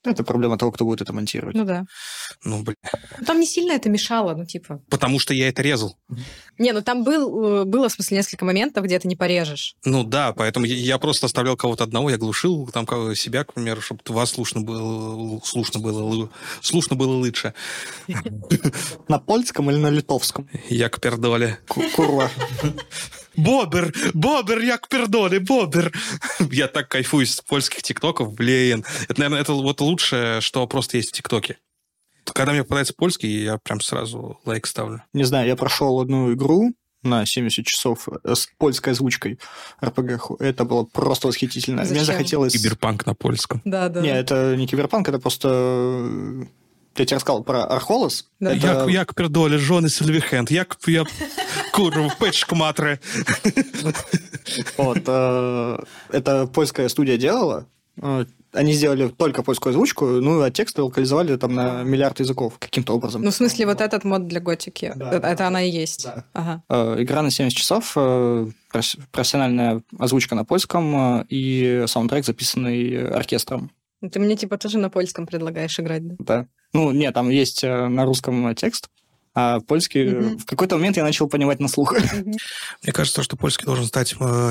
Это проблема того, кто будет это монтировать. Ну да. Ну, блин. Там не сильно это мешало, Потому что я это резал. Не, там было, в смысле, несколько моментов, где ты не порежешь. Ну да, поэтому я просто оставлял кого-то одного, я глушил там себя, к примеру, чтобы вас слушно было лучше. На польском или на литовском? Як пердоле. Курва. Бобер, як пердоле, бобер. Я так кайфую с польских тиктоков, блин. Это, наверное, это вот лучшее, что просто есть в ТикТоке. Когда мне попадается польский, я прям сразу лайк ставлю. Не знаю, я прошел одну игру на 70 часов с польской озвучкой RPG. Это было просто восхитительно. Зачем? Мне захотелось... Киберпанк на польском. Да. Не, это не киберпанк, это просто... Я тебе рассказал про Архолос. Да. Это... Як пердоле, жони Сильвіхенд, як я курва, печку матре. Вот. Это польская студия делала. Они сделали только польскую озвучку, а тексты локализовали там на миллиард языков каким-то образом. Ну, в смысле, вот этот мод для готики, да, это она и есть? Да. Ага. Игра на 70 часов, профессиональная озвучка на польском и саундтрек, записанный оркестром. Ты мне тоже на польском предлагаешь играть, да? Да. Нет, там есть на русском текст, а польский... В какой-то момент я начал понимать на слух. Мне кажется, что польский должен стать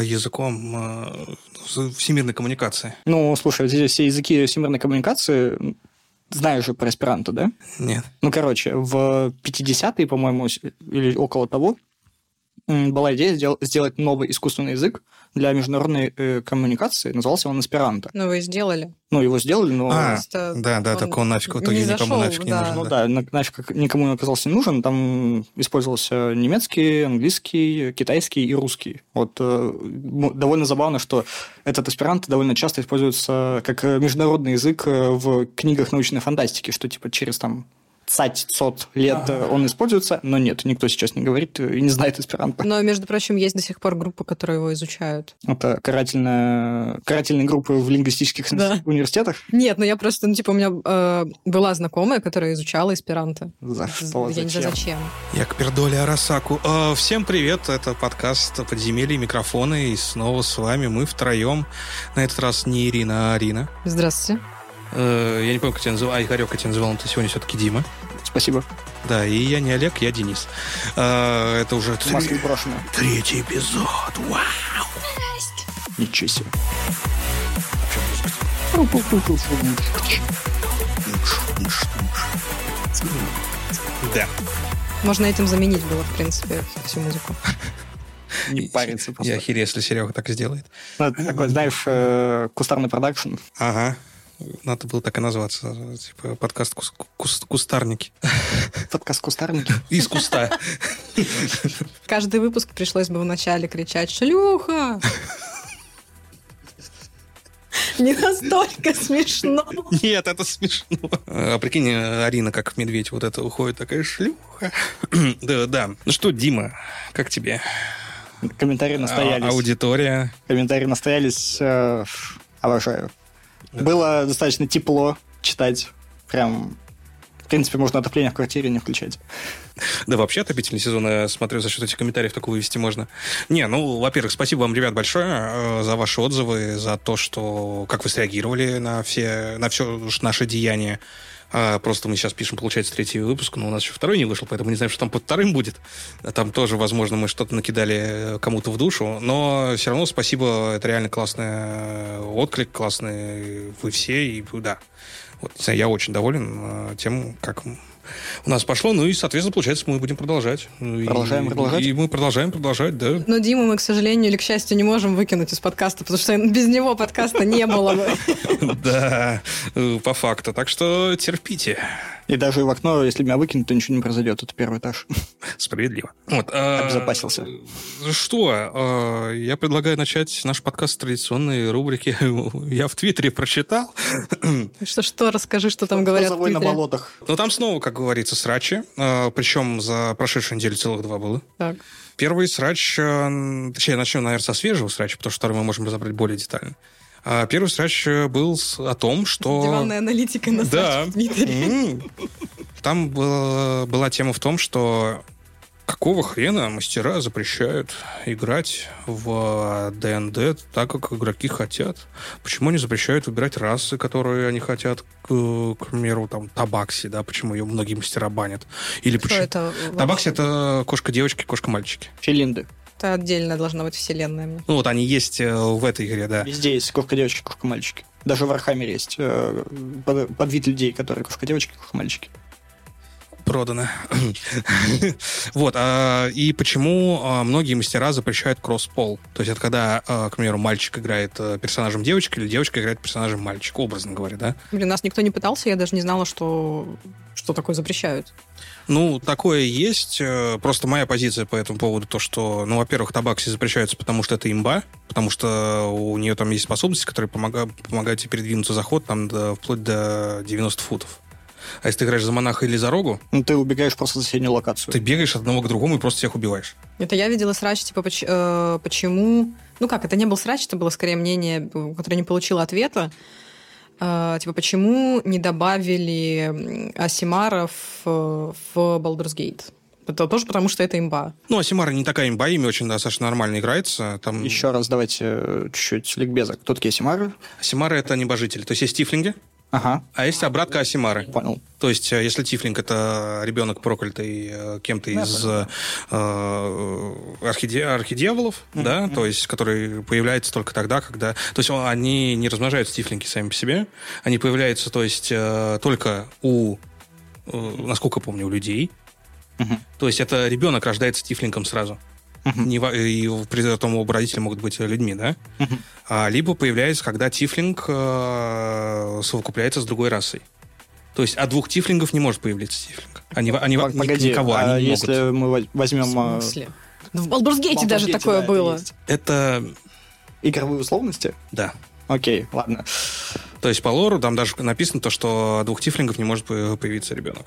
языком всемирной коммуникации. Слушай, здесь все языки всемирной коммуникации... Знаешь же про эсперанто, да? Нет. В 50-е, по-моему, или около того, была идея сделать новый искусственный язык для международной коммуникации. Назывался он эсперанто. Вы сделали. Его сделали, но... Да, так он нафиг в итоге никому нафиг не нужен. Нафиг никому не оказался не нужен. Там использовался немецкий, английский, китайский и русский. Довольно забавно, что этот эсперанто довольно часто используется как международный язык в книгах научной фантастики, что через 500 лет он используется, но нет, никто сейчас не говорит и не знает эсперанто. Но, между прочим, есть до сих пор группы, которые его изучают. Это карательные группы в лингвистических университетах? Нет, я просто, у меня была знакомая, которая изучала эсперанто. За что? Я не знаю, зачем. Як пердоли Арасаку. Всем привет, это подкаст «Подземелье, микрофоны», и снова с вами мы втроем. На этот раз не Ирина, а Арина. Здравствуйте. Я не помню, как тебя называл. Игорек, как тебя называл, но ты сегодня все-таки Дима. Спасибо. Да, и я не Олег, я Денис. Это уже третий эпизод. Вау! Ничего себе. Да. Можно этим заменить было, в принципе, всю музыку. Не париться просто. Я охерею, если Серега так сделает. Такой, знаешь, кустарный продакшн. Ага. Надо было так и назваться. Подкаст «Кустарники». Подкаст «Кустарники». Из куста. Каждый выпуск пришлось бы вначале кричать «Шлюха!». Не настолько смешно. Нет, это смешно. А прикинь, Арина, как медведь, вот это уходит, такая шлюха. Да. Ну что, Дима, как тебе? Комментарии настоялись. Аудитория. Комментарии настоялись. Обожаю. Было достаточно тепло читать. Прям, в принципе, можно отопление в квартире не включать. Да вообще отопительный сезон, я смотрю, за счет этих комментариев такого вывести можно. Во-первых, спасибо вам, ребят, большое за ваши отзывы, за то, что как вы среагировали на все наши деяния. Просто мы сейчас пишем, получается, 3-й выпуск, но у нас еще 2-й не вышел, поэтому не знаем, что там под 2-м будет. Там тоже, возможно, мы что-то накидали кому-то в душу, но все равно спасибо, это реально классный отклик, классный вы все, и да. Я очень доволен тем, как у нас пошло, и, соответственно, получается, мы будем продолжать. Продолжаем продолжать? И мы продолжаем продолжать, да. Но Диму мы, к сожалению или к счастью, не можем выкинуть из подкаста, потому что без него подкаста не было бы. Да, по факту. Так что терпите. И даже в окно, если меня выкинут, то ничего не произойдет. Это 1-й этаж. Справедливо. Обезопасился. Что? Я предлагаю начать наш подкаст с традиционной рубрики «Я в Твиттере прочитал». Что? Расскажи, что там говорят в Твиттере. На болотах. Там снова, как говорится, срачи. Причем за прошедшую неделю целых 2 было. Так. Первый срач... Точнее, начнем, наверное, со свежего срача, потому что второй мы можем разобрать более детально. Первый срач был о том, что... Диванная аналитика на сраче в Твиттере. Там была тема в том, что какого хрена мастера запрещают играть в ДНД так, как игроки хотят? Почему они запрещают выбирать расы, которые они хотят, к примеру, там, Табакси, да, почему ее многие мастера банят? Или Что почему... это? Табакси — это кошка-девочки, кошка-мальчики. Филинды. Это отдельно должна быть вселенная мне. Ну, вот они есть в этой игре, да. Везде есть кошка-девочки, кошка-мальчики. Даже в Вархаммере есть подвид людей, которые кошка-девочки, кошка-мальчики. Продано. Вот. И почему многие мастера запрещают кросс-пол? То есть это когда, к примеру, мальчик играет персонажем девочки или девочка играет персонажем мальчика, образно говоря, да? Блин, нас никто не пытался, я даже не знала, что такое запрещают. Ну, такое есть. Просто моя позиция по этому поводу то, что, ну, во-первых, Табакси запрещается, потому что это имба, потому что у нее там есть способности, которые помогают тебе передвинуться за ход там вплоть до 90 футов. А если ты играешь за монаха или за рогу... Ну, ты убегаешь просто за соседнюю локацию. Ты бегаешь от одного к другому и просто всех убиваешь. Это я видела срач, типа, почему... Ну как, это не был срач, это было скорее мнение, которое не получило ответа. Типа, почему не добавили Асимаров в Baldur's Gate? Это тоже потому, что это имба. Ну, Асимара не такая имба, ими очень достаточно нормально играется. Там... Еще раз давайте чуть-чуть ликбеза. Кто такие Асимары? Асимары — это небожители. То есть есть тифлинги, Ага. а есть обратка Асимары. Понял. То есть, если тифлинг — это ребенок, проклятый кем-то из архидьяволов, да, то есть, который появляется только тогда, когда... То есть, они не размножаются, тифлинги, сами по себе. Они появляются, то есть, только у, насколько я помню, у людей. То есть, это ребенок рождается тифлингом сразу. И при этом оба родителя могут быть людьми, да? Либо появляется, когда тифлинг совокупляется с другой расой. То есть от двух тифлингов не может появиться тифлинг. Погоди, никого они не если могут. мы возьмем... В смысле? Ну, в Baldur's Gate даже такое да, было. есть. Это... Игровые условности? Да. Окей, ладно. То есть по лору там даже написано то, что от двух тифлингов не может появиться ребенок.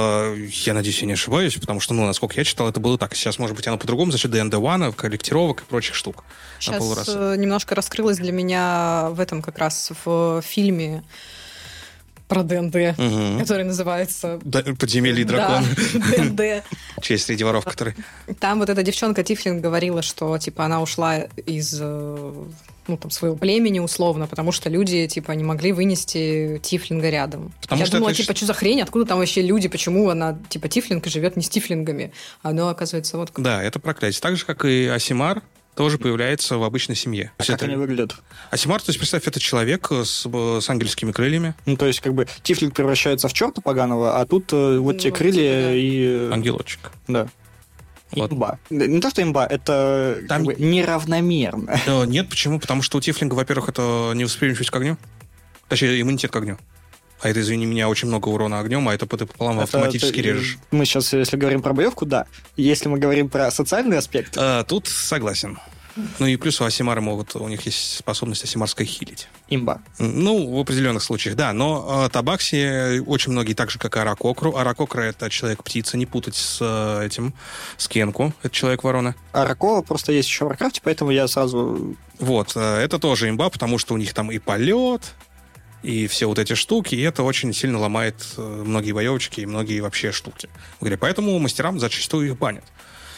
Я надеюсь, я не ошибаюсь, потому что, ну, насколько я читал, это было так. Сейчас, может быть, оно по-другому за счет ДНД-1, корректировок и прочих штук. Сейчас немножко раскрылось для меня в этом как раз в фильме про ДНД, который называется... «Подземелье и дракон». Да, ДНД. Честь среди воров, который... Там вот эта девчонка Тифлинг говорила, что, типа, она ушла из... ну, там, своего племени, условно, потому что люди, типа, не могли вынести тифлинга рядом. Я думала, типа, что за хрень, откуда там вообще люди, почему она, типа, тифлинг и живет не с тифлингами, а оно, оказывается, вот... Да, это проклятие. Так же, как и Асимар, тоже появляется в обычной семье. А как они выглядят? Асимар, то есть, представь, это человек с ангельскими крыльями. Ну, то есть, как бы, тифлинг превращается в черта поганого, а тут вот те крылья и... Ангелочек. Да. Вот. Имба. Не то, что имба, это там... как бы неравномерно. Нет, почему? Потому что у тифлинга, во-первых, это невосприимчивость к огню. Точнее, иммунитет к огню. А это, извини меня, очень много урона огнем, а это ты пополам автоматически режешь. Мы сейчас, если говорим про боевку, да. Если мы говорим про социальный аспект... Тут согласен. Ну и плюс у Асимары у них есть способность асимарской хилить. Имба. Ну, в определенных случаях, да. Но Табакси очень многие, так же, как и Аракокру. Аракокра — это человек-птица, не путать с Кенку. Это человек-ворона. Арако просто есть еще в Варкрафте, поэтому я сразу... Вот, это тоже имба, потому что у них там и полет, и все вот эти штуки, и это очень сильно ломает многие боевочки и многие вообще штуки. Поэтому мастерам зачастую их банят.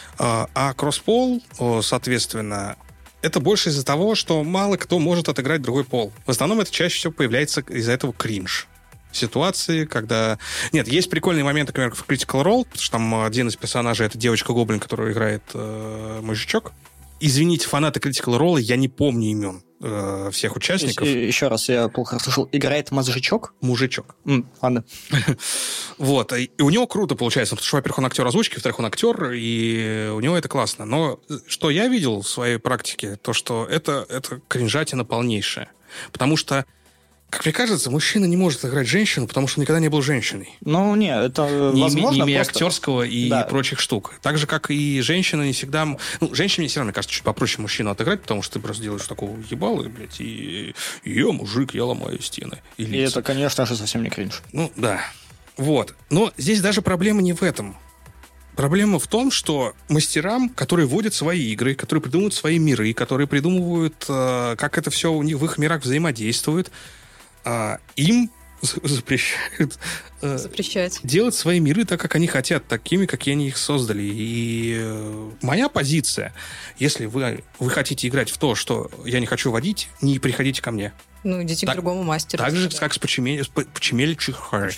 А кросс-пол, соответственно, это больше из-за того, что мало кто может отыграть другой пол. В основном это чаще всего появляется из-за этого кринж. Ситуации, когда... Нет, есть прикольные моменты, например, в Critical Role, потому что там один из персонажей — это девочка-гоблин, которую играет мужичок. Извините, фанаты Critical Role, я не помню имен всех участников. Еще раз, я плохо расслышал. Играет мозжечок? Мужичок. Ладно. Вот. И у него круто получается, потому что, во-первых, он актер озвучки, во-вторых, он актер, и у него это классно. Но что я видел в своей практике, то, что это кринжатина полнейшая. Потому что, как мне кажется, мужчина не может играть женщину, потому что он никогда не был женщиной. Ну, нет, это возможно. Не имея просто... актерского и прочих штук. Так же, как и женщина не всегда... Ну, женщине все равно, мне кажется, чуть попроще мужчину отыграть, потому что ты просто делаешь такого ебала, блядь, и я мужик, я ломаю стены. И это, конечно же, совсем не кринж. Ну, да. Вот. Но здесь даже проблема не в этом. Проблема в том, что мастерам, которые вводят свои игры, которые придумывают свои миры, которые придумывают, как это все у них в их мирах взаимодействует, им запрещают запрещать делать свои миры так, как они хотят, такими, какие они их создали. И моя позиция, если вы хотите играть в то, что я не хочу водить, не приходите ко мне. Ну, идите к другому мастеру. Так же, как с Подземелье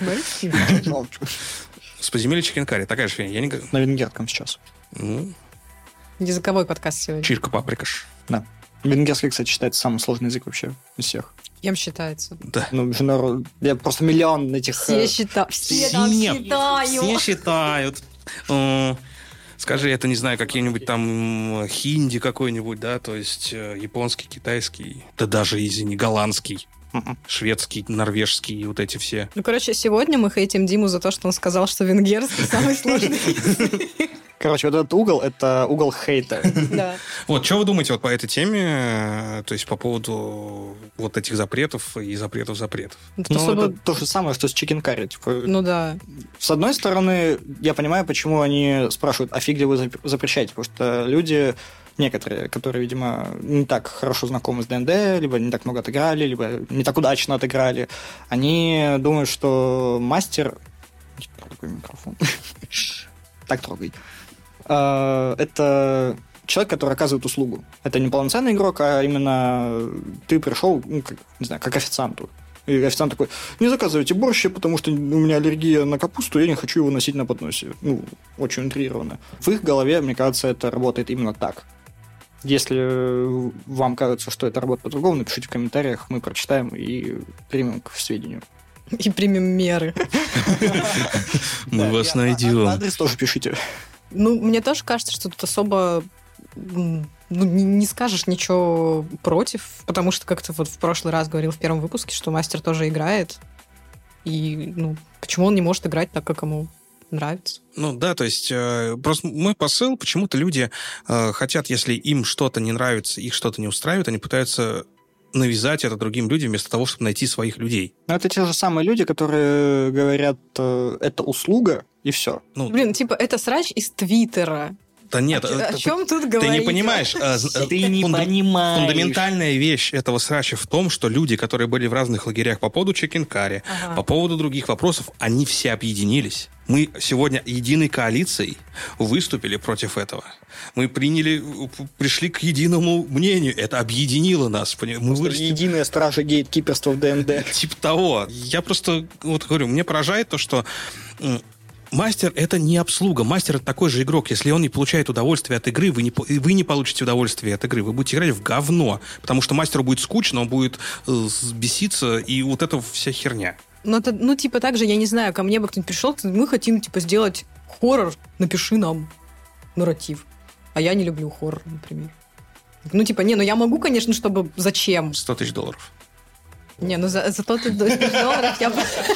Чикенкари. Такая же фигня. На венгерском сейчас. Языковой подкаст сегодня. Чирка паприкаш. Да. Венгерский, кстати, считается самый сложный язык вообще из всех. Кем считается? Да. Ну, я просто миллион этих... Все считают. Все считают. Скажи, это, не знаю, какие-нибудь там хинди какой-нибудь, да, то есть японский, китайский, да даже, извини, голландский, шведский, норвежский, вот эти все. Ну, короче, сегодня мы хейтим Диму за то, что он сказал, что венгерский самый сложный язык. Короче, вот этот угол, это угол хейта. Да. Вот, что вы думаете вот по этой теме, то есть по поводу вот этих запретов и запретов? Это то же самое, что с Чикенкари. Ну да. С одной стороны, я понимаю, почему они спрашивают, а фиг ли вы запрещаете, потому что люди... Некоторые, которые, видимо, не так хорошо знакомы с ДНД, либо не так много отыграли, либо не так удачно отыграли, они думают, что мастер... Такой микрофон. Так трогай. Это человек, который оказывает услугу. Это не полноценный игрок, а именно ты пришел, не знаю, как официанту. И официант такой, не заказывайте борщ, потому что у меня аллергия на капусту, я не хочу его носить на подносе. Очень утрированно. В их голове, мне кажется, это работает именно так. Если вам кажется, что это работает по-другому, напишите в комментариях, мы прочитаем и примем к сведению. И примем меры. Мы вас найдем. Адрес тоже пишите. Мне тоже кажется, что тут особо не скажешь ничего против, потому что как-то вот в прошлый раз говорил в первом выпуске, что мастер тоже играет. И почему он не может играть так, как ему нравится? Да, то есть просто мой посыл, почему-то люди хотят, если им что-то не нравится, их что-то не устраивает, они пытаются навязать это другим людям вместо того, чтобы найти своих людей. Это те же самые люди, которые говорят, это услуга, и все. Это срач из Твиттера. Да нет, о чем тут говорить? Ты не понимаешь. Ты не понимаешь. Фундаментальная вещь этого срача в том, что люди, которые были в разных лагерях по поводу Чикенкари, по поводу других вопросов, они все объединились. Мы сегодня единой коалицией выступили против этого. Мы пришли к единому мнению. Это объединило нас. Единая стража гейткиперства в ДНД. Типа того. Я просто говорю, мне поражает то, что... Мастер — это не обслуга. Мастер — это такой же игрок. Если он не получает удовольствие от игры, вы не получите удовольствие от игры. Вы будете играть в говно. Потому что мастеру будет скучно, он будет беситься, и вот это вся херня. Так же, я не знаю, ко мне бы кто-нибудь пришел, мы хотим, сделать хоррор, напиши нам нарратив. А я не люблю хоррор, например. Я могу, конечно, чтобы... Зачем? $100 000. Зато ты $100 я бы...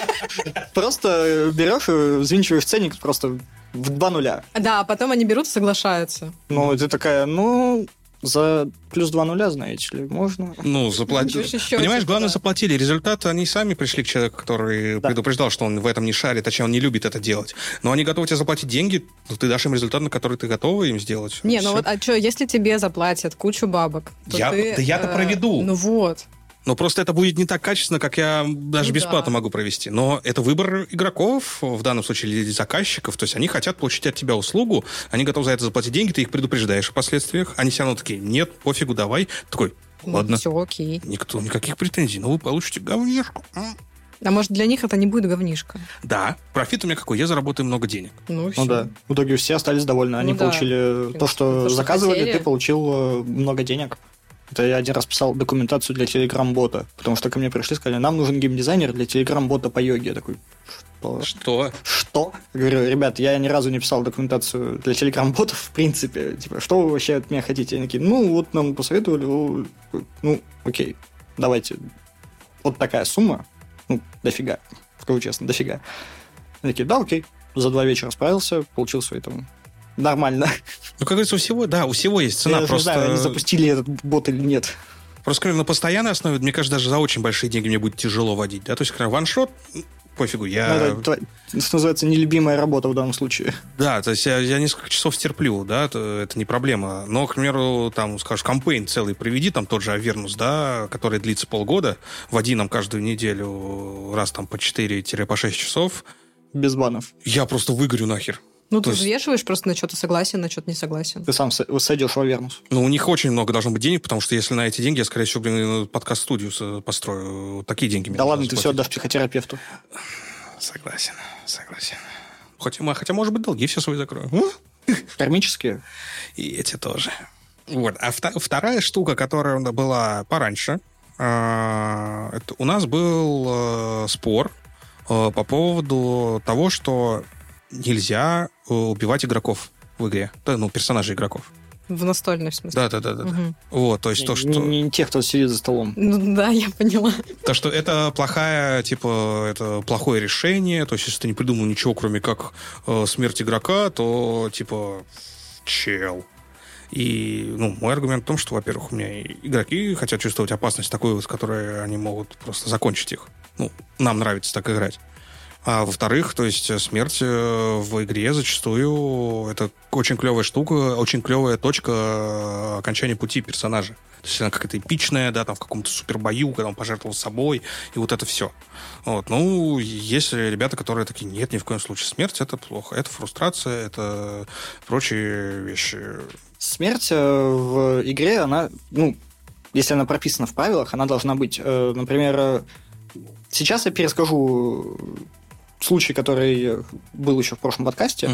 Просто берешь и взвинчиваешь ценник просто в 2 нуля. Да, а потом они берут и соглашаются. Ты такая, за плюс 2 нуля, знаете ли, можно. Заплатили. Понимаешь, главное, заплатили. Результат, они сами пришли к человеку, который предупреждал, что он в этом не шарит, точнее, он не любит это делать. Но они готовы тебе заплатить деньги, ты дашь им результат, на который ты готова им сделать. Если тебе заплатят кучу бабок, то я-то проведу. Но просто это будет не так качественно, как я даже бесплатно могу провести. Но это выбор игроков, в данном случае или заказчиков. То есть они хотят получить от тебя услугу, они готовы за это заплатить деньги, ты их предупреждаешь о последствиях. Они все равно такие, нет, пофигу, давай. Такой, ладно. Все окей. Никаких претензий, но вы получите говнишку. А может, для них это не будет говнишко? Да. Профит у меня какой? Я заработаю много денег. Да. В итоге все остались довольны. Они получили то, что заказывали, ты получил много денег. Это я один раз писал документацию для телеграм-бота, потому что ко мне пришли и сказали, нам нужен геймдизайнер для телеграм-бота по йоге. Я такой, что? Что? Я говорю, ребят, я ни разу не писал документацию для телеграм-ботов, в принципе. Что вы вообще от меня хотите? Они такие, нам посоветовали, окей, давайте. Вот такая сумма, дофига, скажу честно, дофига. Они такие, да, окей. За 2 вечера справился, получил свои нормально. Как говорится, у всего есть цена. Я просто не знаю, они запустили этот бот или нет. Просто, на постоянной основе, мне кажется, даже за очень большие деньги мне будет тяжело водить. Да? То есть, ваншот, пофигу. Это называется нелюбимая работа в данном случае. Да, то есть я несколько часов стерплю, да, это не проблема. Но, к примеру, там, скажешь, кампейн целый проведи, там тот же Авernus, да, который длится полгода, вводи нам каждую неделю раз там по 4-6 часов. Без банов. Я просто выгорю нахер. Ну, ты взвешиваешь просто, на что-то согласен, на что-то не согласен. Ты сам сойдешь в Avernus. Ну, у них очень много должно быть денег, потому что если на эти деньги я, скорее всего, подкаст-студию построю. Такие деньги мне да ладно, ты все отдашь психотерапевту. Согласен. Хотя, может быть, долги все свои закрою. Кармические? И эти тоже. Вот. А вторая штука, которая была пораньше, это у нас был спор по поводу того, что нельзя убивать игроков в игре. Ну, персонажей игроков. В настольной, в смысле? Да. Угу. Вот, то есть то, что... Не тех, кто сидит за столом. Ну, да, я поняла. То, что это это плохое решение, то есть если ты не придумал ничего, кроме как смерть игрока, то, чел. И, мой аргумент в том, что, во-первых, у меня игроки хотят чувствовать опасность такую, с которой они могут просто закончить их. Нам нравится так играть. А во-вторых, то есть смерть в игре зачастую это очень клевая штука, очень клевая точка окончания пути персонажа. То есть она какая-то эпичная, да, там в каком-то супербою, когда он пожертвовал собой, и вот это все. Вот. Есть ребята, которые такие, нет, ни в коем случае, смерть это плохо, это фрустрация, это прочие вещи. Смерть в игре, она, если она прописана в правилах, она должна быть. Например, сейчас я перескажу случай, который был еще в прошлом подкасте.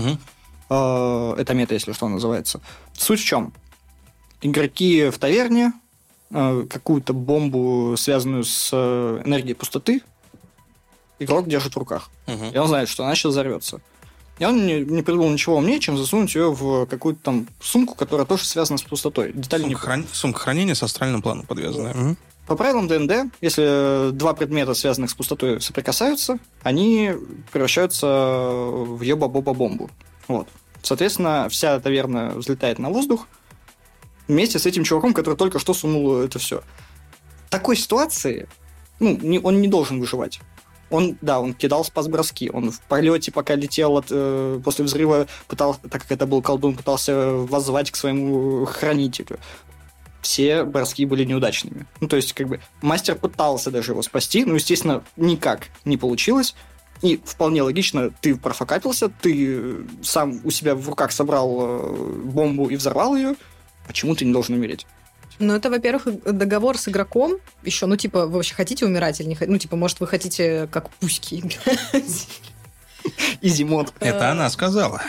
Это мета, если что, называется. Суть в чем? Игроки в таверне какую-то бомбу, связанную с энергией пустоты, игрок держит в руках. И он знает, что она сейчас взорвется. И он не придумал ничего умнее, чем засунуть ее в какую-то там сумку, которая тоже связана с пустотой. Сумка хранения с астральным планом подвязанная. По правилам ДНД, если два предмета, связанных с пустотой, соприкасаются, они превращаются в ёба-боба-бомбу. Вот. Соответственно, вся таверна взлетает на воздух вместе с этим чуваком, который только что сунул это все. В такой ситуации он не должен выживать. Он кидал спас-броски. Он в полете, пока летел после взрыва, пытался, так как это был колдун, пытался воззвать к своему хранителю. Все броски были неудачными. То есть, мастер пытался даже его спасти, но, естественно, никак не получилось. И вполне логично, ты профокапился, ты сам у себя в руках собрал бомбу и взорвал ее. Почему ты не должен умереть? Это, во-первых, договор с игроком еще, вы вообще хотите умирать или не хотите? Может, вы хотите как пуськи играть? Изимод. Это она сказала.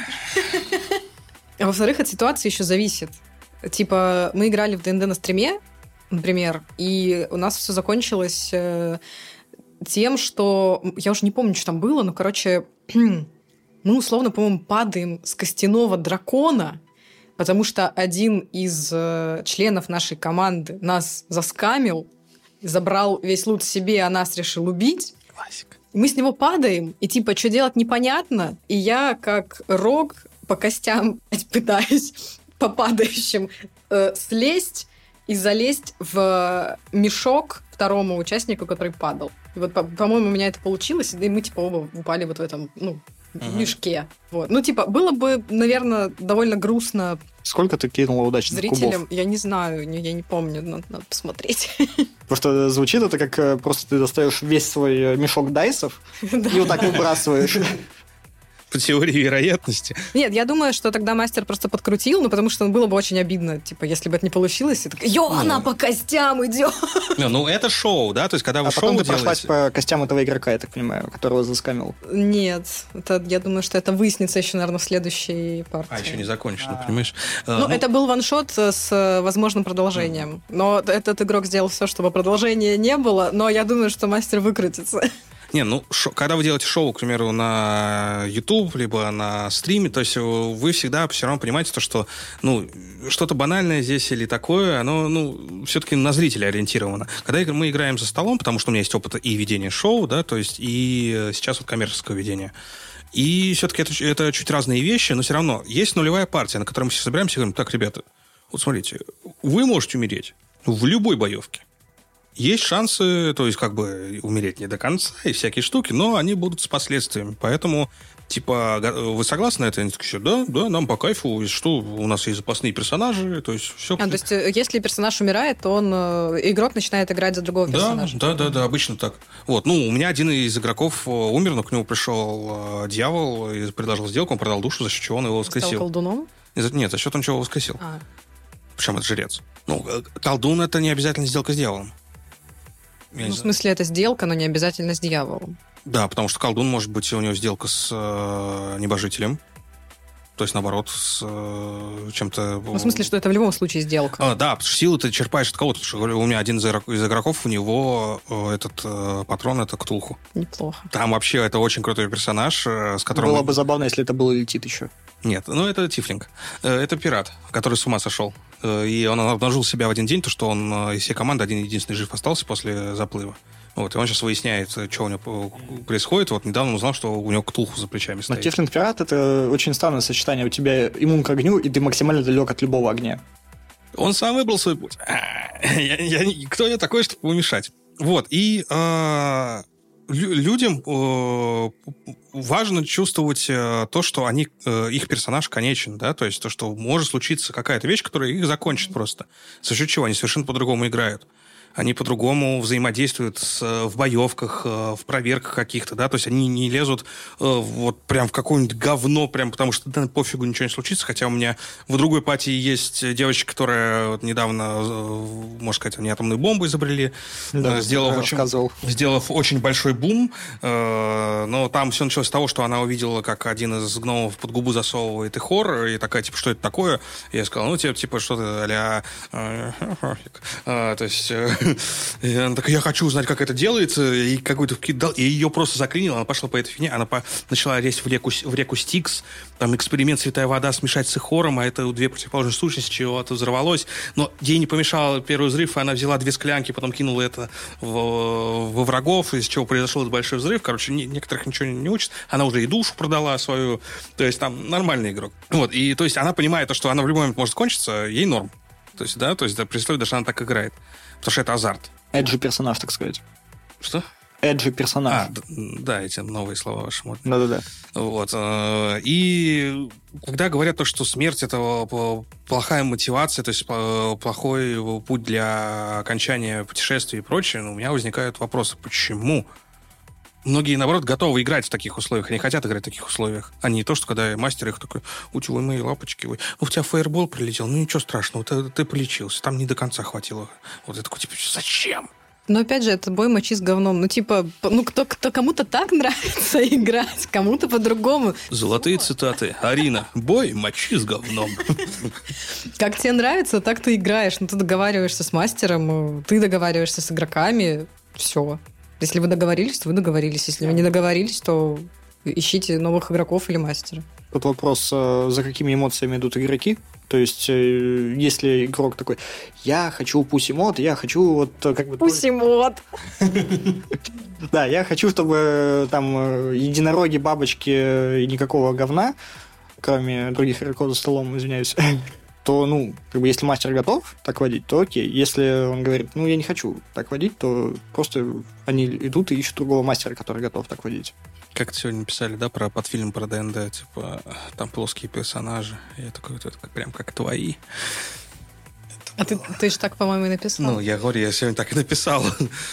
А во-вторых, от ситуации еще зависит. Мы играли в ДНД на стриме, например, и у нас все закончилось тем, что... Я уже не помню, что там было, но, мы условно, по-моему, падаем с костяного дракона, потому что один из членов нашей команды нас заскамил, забрал весь лут себе, а нас решил убить. Классика. Мы с него падаем, и что делать непонятно, и я, как рог, по костям пытаюсь... по падающим слезть и залезть в мешок второму участнику, который падал. И по-моему, у меня это получилось, и мы, оба упали в этом, мешке. Вот. Было бы, наверное, довольно грустно. Сколько ты кинула удачных зрителям, кубов? Я не знаю, я не помню, надо посмотреть. Потому что звучит это как просто ты достаешь весь свой мешок дайсов и вот так выбрасываешь. По теории вероятности. Нет, я думаю, что тогда мастер просто подкрутил, потому что было бы очень обидно, если бы это не получилось. Она по костям идет. Это шоу, да? То есть, когда вы шоу делаете... прошлась по костям этого игрока, я так понимаю, которого заскамил. Нет, я думаю, что это выяснится еще, наверное, в следующей партии. Еще не закончено, понимаешь? Это был ваншот с возможным продолжением. Но этот игрок сделал все, чтобы продолжения не было, но я думаю, что мастер выкрутится. Когда вы делаете шоу, к примеру, на YouTube, либо на стриме, то есть вы всегда все равно понимаете то, что, что-то банальное здесь или такое, оно, все-таки на зрителя ориентировано. Когда мы играем за столом, потому что у меня есть опыт и ведения шоу, да, то есть и сейчас коммерческое ведение. И все-таки это чуть разные вещи, но все равно есть нулевая партия, на которой мы все собираемся и говорим, так, ребята, вот смотрите, вы можете умереть в любой боевке. Есть шансы, то есть как бы умереть не до конца и всякие штуки, но они будут с последствиями. Поэтому, типа, вы согласны на это? Они такие, да, нам по кайфу. Что, у нас есть запасные персонажи, то есть все. То есть если персонаж умирает, то игрок начинает играть за другого персонажа. Да, обычно так. Вот, у меня один из игроков умер, но к нему пришел дьявол и предложил сделку, он продал душу, за счет чего он его воскресил. Стал колдуном? Нет, за счет того, чего его воскресил. Причем это жрец. Колдун — это не обязательно сделка с дьяволом. В смысле, это сделка, но не обязательно с дьяволом. Да, потому что колдун, может быть, у него сделка с небожителем. То есть, наоборот, с чем-то... В смысле, что это в любом случае сделка. Да, потому что силу ты черпаешь от кого-то. Потому что у меня один из игроков, у него этот патрон — это Ктулху. Неплохо. Там вообще это очень крутой персонаж, с которым... Было бы забавно, если это был Летит еще. Нет, это тифлинг. Это пират, который с ума сошел. И он обнажил себя в один день, то что он из всей команды один-единственный жив остался после заплыва. Вот, и он сейчас выясняет, что у него происходит. Вот недавно узнал, что у него Ктулху за плечами стоит. Но Тифлинг-пират — это очень странное сочетание. У тебя иммун к огню, и ты максимально далек от любого огня. Он сам выбрал свой путь. Кто я такой, чтобы помешать? Вот, и людям важно чувствовать то, что их персонаж конечен, да, то есть то, что может случиться какая-то вещь, которая их закончит просто. За счет чего они совершенно по-другому играют. Они по-другому взаимодействуют в боевках, в проверках каких-то, да, то есть они не лезут вот прям в какое-нибудь говно, прям потому что да, пофигу, ничего не случится, хотя у меня в другой пати есть девочка, которая вот недавно, можно сказать, они атомную бомбу изобрели, да, сделав очень большой бум, но там все началось с того, что она увидела, как один из гномов под губу засовывает ихор, и такая, типа, что это такое? И я сказал, типа, что-то а-ля... То есть... И она такая, я хочу узнать, как это делается, и какой-то вкид дал, и ее просто заклинило, она пошла по этой фигне, она начала лезть в реку Стикс, там эксперимент «Святая вода» смешать с ихором, а это две противоположные сущности, чего-то взорвалось, но ей не помешал первый взрыв, и она взяла 2 склянки, потом кинула это во врагов, из чего произошел этот большой взрыв, короче, некоторых ничего не учат, она уже и душу продала свою, то есть там нормальный игрок. Вот, и то есть она понимает, что она в любой момент может кончиться, ей норм. То есть, да, представь, даже она так играет. Потому что это азарт. Эджи персонаж, так сказать. Что? Эджи персонаж. Да, эти новые слова ваши модные. Да-да-да. Вот. И когда говорят то, что смерть — это плохая мотивация, то есть плохой путь для окончания путешествий и прочее, у меня возникают вопросы. Почему? Многие, наоборот, готовы играть в таких условиях. Они хотят играть в таких условиях. А не то, что когда мастер их такой, ой, мои лапочки, у тебя фаербол прилетел, ничего страшного, ты полечился, там не до конца хватило. Вот я такой, типа, зачем? Но опять же, это бой мочи с говном. Кто кому-то так нравится играть, кому-то по-другому. Золотые цитаты. Арина, бой мочи с говном. Как тебе нравится, так ты играешь. Ты договариваешься с мастером, ты договариваешься с игроками, все. Если вы договорились, то вы договорились. Если вы не договорились, то ищите новых игроков или мастера. Тут вопрос, за какими эмоциями идут игроки. То есть, если игрок такой, я хочу пуси-мод, я хочу вот как бы... Пуси-мод! Да, я хочу, чтобы там единороги, бабочки и никакого говна, кроме других игроков за столом, извиняюсь, то, если мастер готов так водить, то окей. Если он говорит, я не хочу так водить, то просто они идут и ищут другого мастера, который готов так водить. Как сегодня писали, да, под фильм про ДНД, типа, там плоские персонажи. Я такой, это прям как твои. А ты же так, по-моему, и написал. Я говорю, я сегодня так и написал.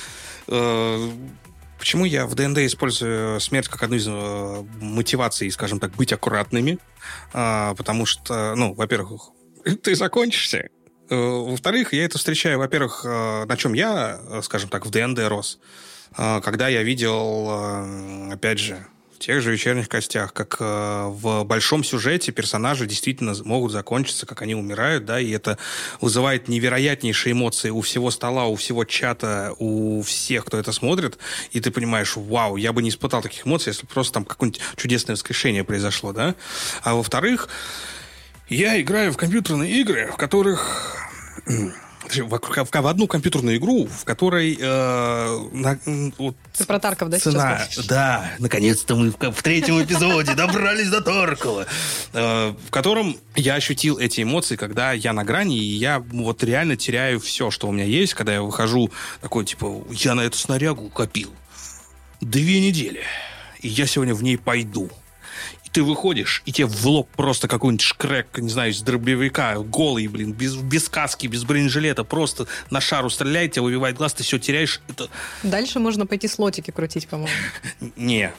Почему я в ДНД использую смерть как одну из мотиваций, скажем так, быть аккуратными? Потому что, во-первых, ты закончишься. Во-вторых, я это встречаю, во-первых, на чем я, скажем так, в ДНД рос. Когда я видел, опять же, в тех же вечерних костях, как в большом сюжете персонажи действительно могут закончиться, как они умирают, да, и это вызывает невероятнейшие эмоции у всего стола, у всего чата, у всех, кто это смотрит, и ты понимаешь, вау, я бы не испытал таких эмоций, если просто там какое-нибудь чудесное воскрешение произошло, да. А во-вторых, я играю в компьютерные игры, в которых в одну компьютерную игру, в которой... Ты про Тарков, да, цена, сейчас? Да, наконец-то мы в третьем эпизоде добрались до Таркова. В котором я ощутил эти эмоции, когда я на грани, и я вот реально теряю все, что у меня есть, когда я выхожу такой, типа, я на эту снарягу копил 2 недели, и я сегодня в ней пойду. Ты выходишь, и тебе в лоб просто какой-нибудь шкрек, не знаю, из дробовика, голый, блин, без каски, без бронежилета, просто на шару стреляет, тебя выбивает глаз, ты все теряешь. Это... Дальше можно пойти слотики крутить, по-моему. Не,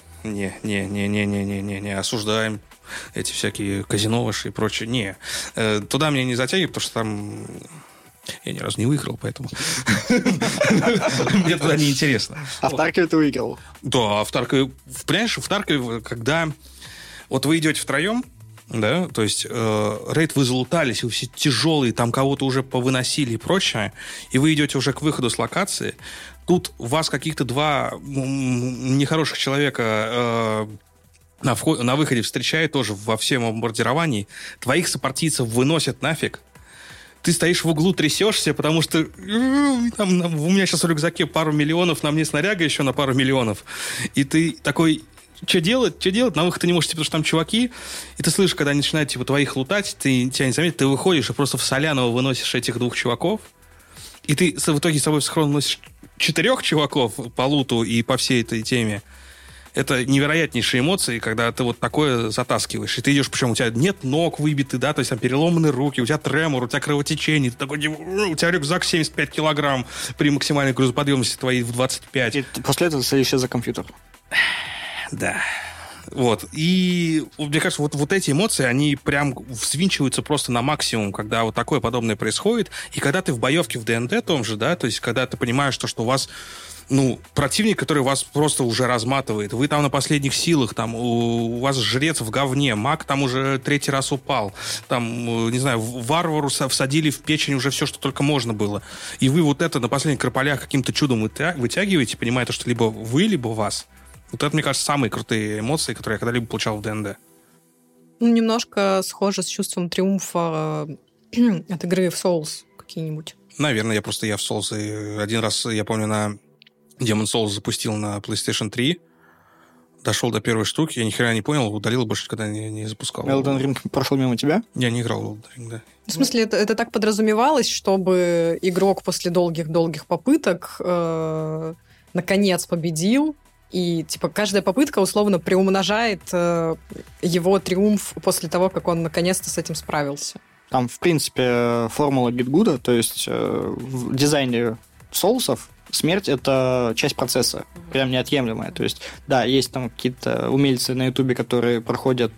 осуждаем эти всякие казиновыши и прочее. Не, туда меня не затягивает, потому что там... Я ни разу не выиграл, поэтому мне туда не интересно. А в Таркове ты выиграл? Да, в Таркове, понимаешь, в Таркове, когда... Вот вы идете втроем, да, то есть рейд вы залутались, вы все тяжелые, там кого-то уже повыносили и прочее, и вы идете уже к выходу с локации, тут вас каких-то 2 нехороших человека на выходе встречают тоже во всем бомбардировании, твоих сопартийцев выносят нафиг, ты стоишь в углу, трясешься, потому что там, у меня сейчас в рюкзаке пару миллионов, на мне снаряга еще на пару миллионов, и ты такой... Что делать? На выход ты не можешь, потому что там чуваки, и ты слышишь, когда они начинают, типа, твоих лутать, тебя не заметят, ты выходишь и просто в Соляново выносишь этих 2 чуваков, и ты в итоге с собой в схрон носишь 4 чуваков по луту и по всей этой теме. Это невероятнейшие эмоции, когда ты вот такое затаскиваешь. И ты идешь, причем у тебя нет ног выбиты, да, то есть там переломаны руки, у тебя тремор, у тебя кровотечение, ты такой, у тебя рюкзак 75 килограмм при максимальной грузоподъемности твоей в 25. И после этого садишься за компьютер. Да. Вот. И мне кажется, вот эти эмоции, они прям взвинчиваются просто на максимум, когда вот такое подобное происходит. И когда ты в боевке в ДНД том же, да, то есть когда ты понимаешь, что у вас, противник, который вас просто уже разматывает. Вы там на последних силах, там у вас жрец в говне, маг там уже 3-й раз упал. Там, не знаю, варвару всадили в печень уже все, что только можно было. И вы вот это на последних крополях каким-то чудом вытягиваете, понимаете, что либо вы, либо вас. Вот это, мне кажется, самые крутые эмоции, которые я когда-либо получал в ДНД. Немножко схоже с чувством триумфа от игры в Souls какие-нибудь. Наверное, я в Souls один раз, я помню, на Demon's Souls запустил на PlayStation 3, дошел до первой штуки, я ни хера не понял, удалил, больше когда не запускал. Elden Ring прошел мимо тебя? Я не играл в Elden Ring, да. В смысле, это так подразумевалось, чтобы игрок после долгих-долгих попыток наконец победил, и, типа, каждая попытка условно приумножает его триумф после того, как он наконец-то с этим справился. Там, в принципе, формула Битгуда, то есть в дизайне соусов смерть — это часть процесса, прям неотъемлемая. То есть, да, есть там какие-то умельцы на Ютубе, которые проходят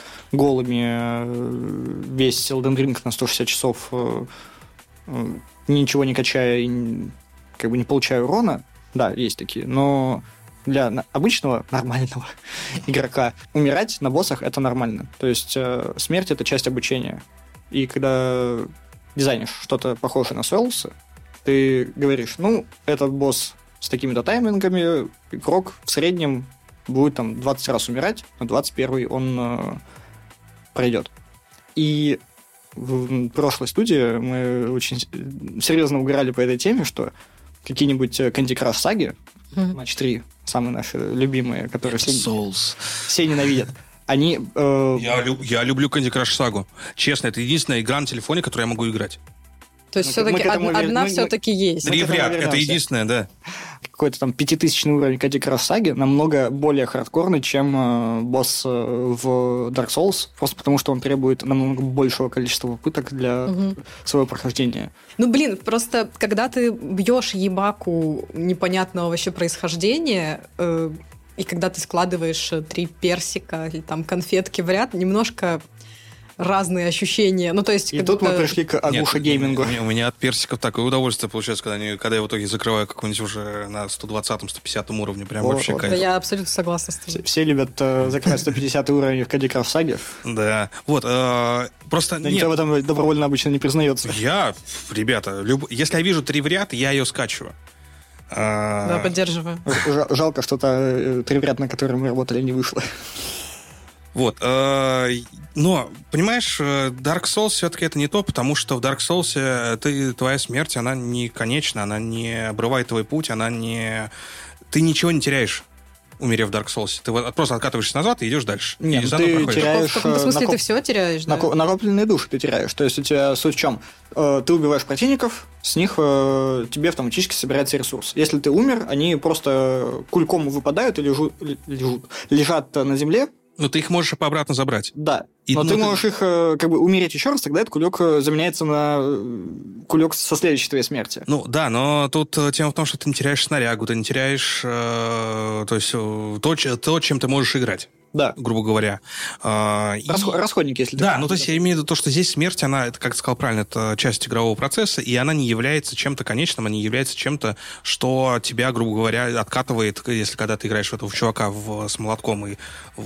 голыми весь Elden Ring на 160 часов, ничего не качая и как бы не получая урона. Да, есть такие, но... Для обычного, нормального игрока умирать на боссах — это нормально. То есть смерть — это часть обучения. И когда дизайнишь что-то похожее на Souls, ты говоришь, этот босс с такими-то таймингами, игрок в среднем будет там 20 раз умирать, на 21-й он пройдет. И в прошлой студии мы очень серьезно угорали по этой теме, что какие-нибудь Candy Crush саги, Match 3, самые наши любимые, которые все ненавидят. Они... Я люблю Candy Crush сагу. Честно, это единственная игра на телефоне, которую я могу играть. То есть все-таки одна все-таки есть. 3 в ряд, это единственное, да. Какой-то там 5000-й уровень Candy Crush саги намного более хардкорный, чем босс в Dark Souls, просто потому что он требует намного большего количества попыток для своего прохождения. Просто когда ты бьешь ебаку непонятного вообще происхождения, и когда ты складываешь 3 персика или там конфетки в ряд, немножко разные ощущения. То есть, и тут мы пришли к агуша-геймингу. У меня от персиков такое удовольствие получается, когда я в итоге закрываю какой-нибудь уже на 120-м, 150-м уровне. Прям вообще кайф. Да, я абсолютно согласна с тобой. Все любят закрывать 150 уровень в Candy Crush саге. Да. Вот. Просто но никто в этом добровольно обычно не признается. Ребята, если я вижу 3 в ряд, я ее скачиваю. Да, поддерживаю. Жалко, что-то 3 в ряд, на котором мы работали, не вышло. Вот. Но, понимаешь, Dark Souls все-таки это не то, потому что в Dark Souls твоя смерть, она не конечна, она не обрывает твой путь, ты ничего не теряешь, умерев в Dark Souls. Ты просто откатываешься назад и идешь дальше. Нет, ты теряешь... В каком-то смысле ты все теряешь, да? Накопленные души ты теряешь. То есть у тебя суть в чем? Ты убиваешь противников, с них тебе автоматически собирается ресурс. Если ты умер, они просто кульком выпадают и лежат на земле. Но ты их можешь обратно забрать. Да. Но ты можешь их умереть еще раз, тогда этот кулек заменяется на кулек со следующей твоей смерти. Ну да, но тут тема в том, что ты не теряешь снарягу, ты не теряешь то, чем ты можешь играть. Да. Грубо говоря. Расходники, если ты... Да, то есть я имею в виду то, что здесь смерть, она, это, как ты сказал правильно, это часть игрового процесса, и она не является чем-то конечным, она не является чем-то, что тебя, грубо говоря, откатывает, если когда ты играешь в этого чувака с молотком и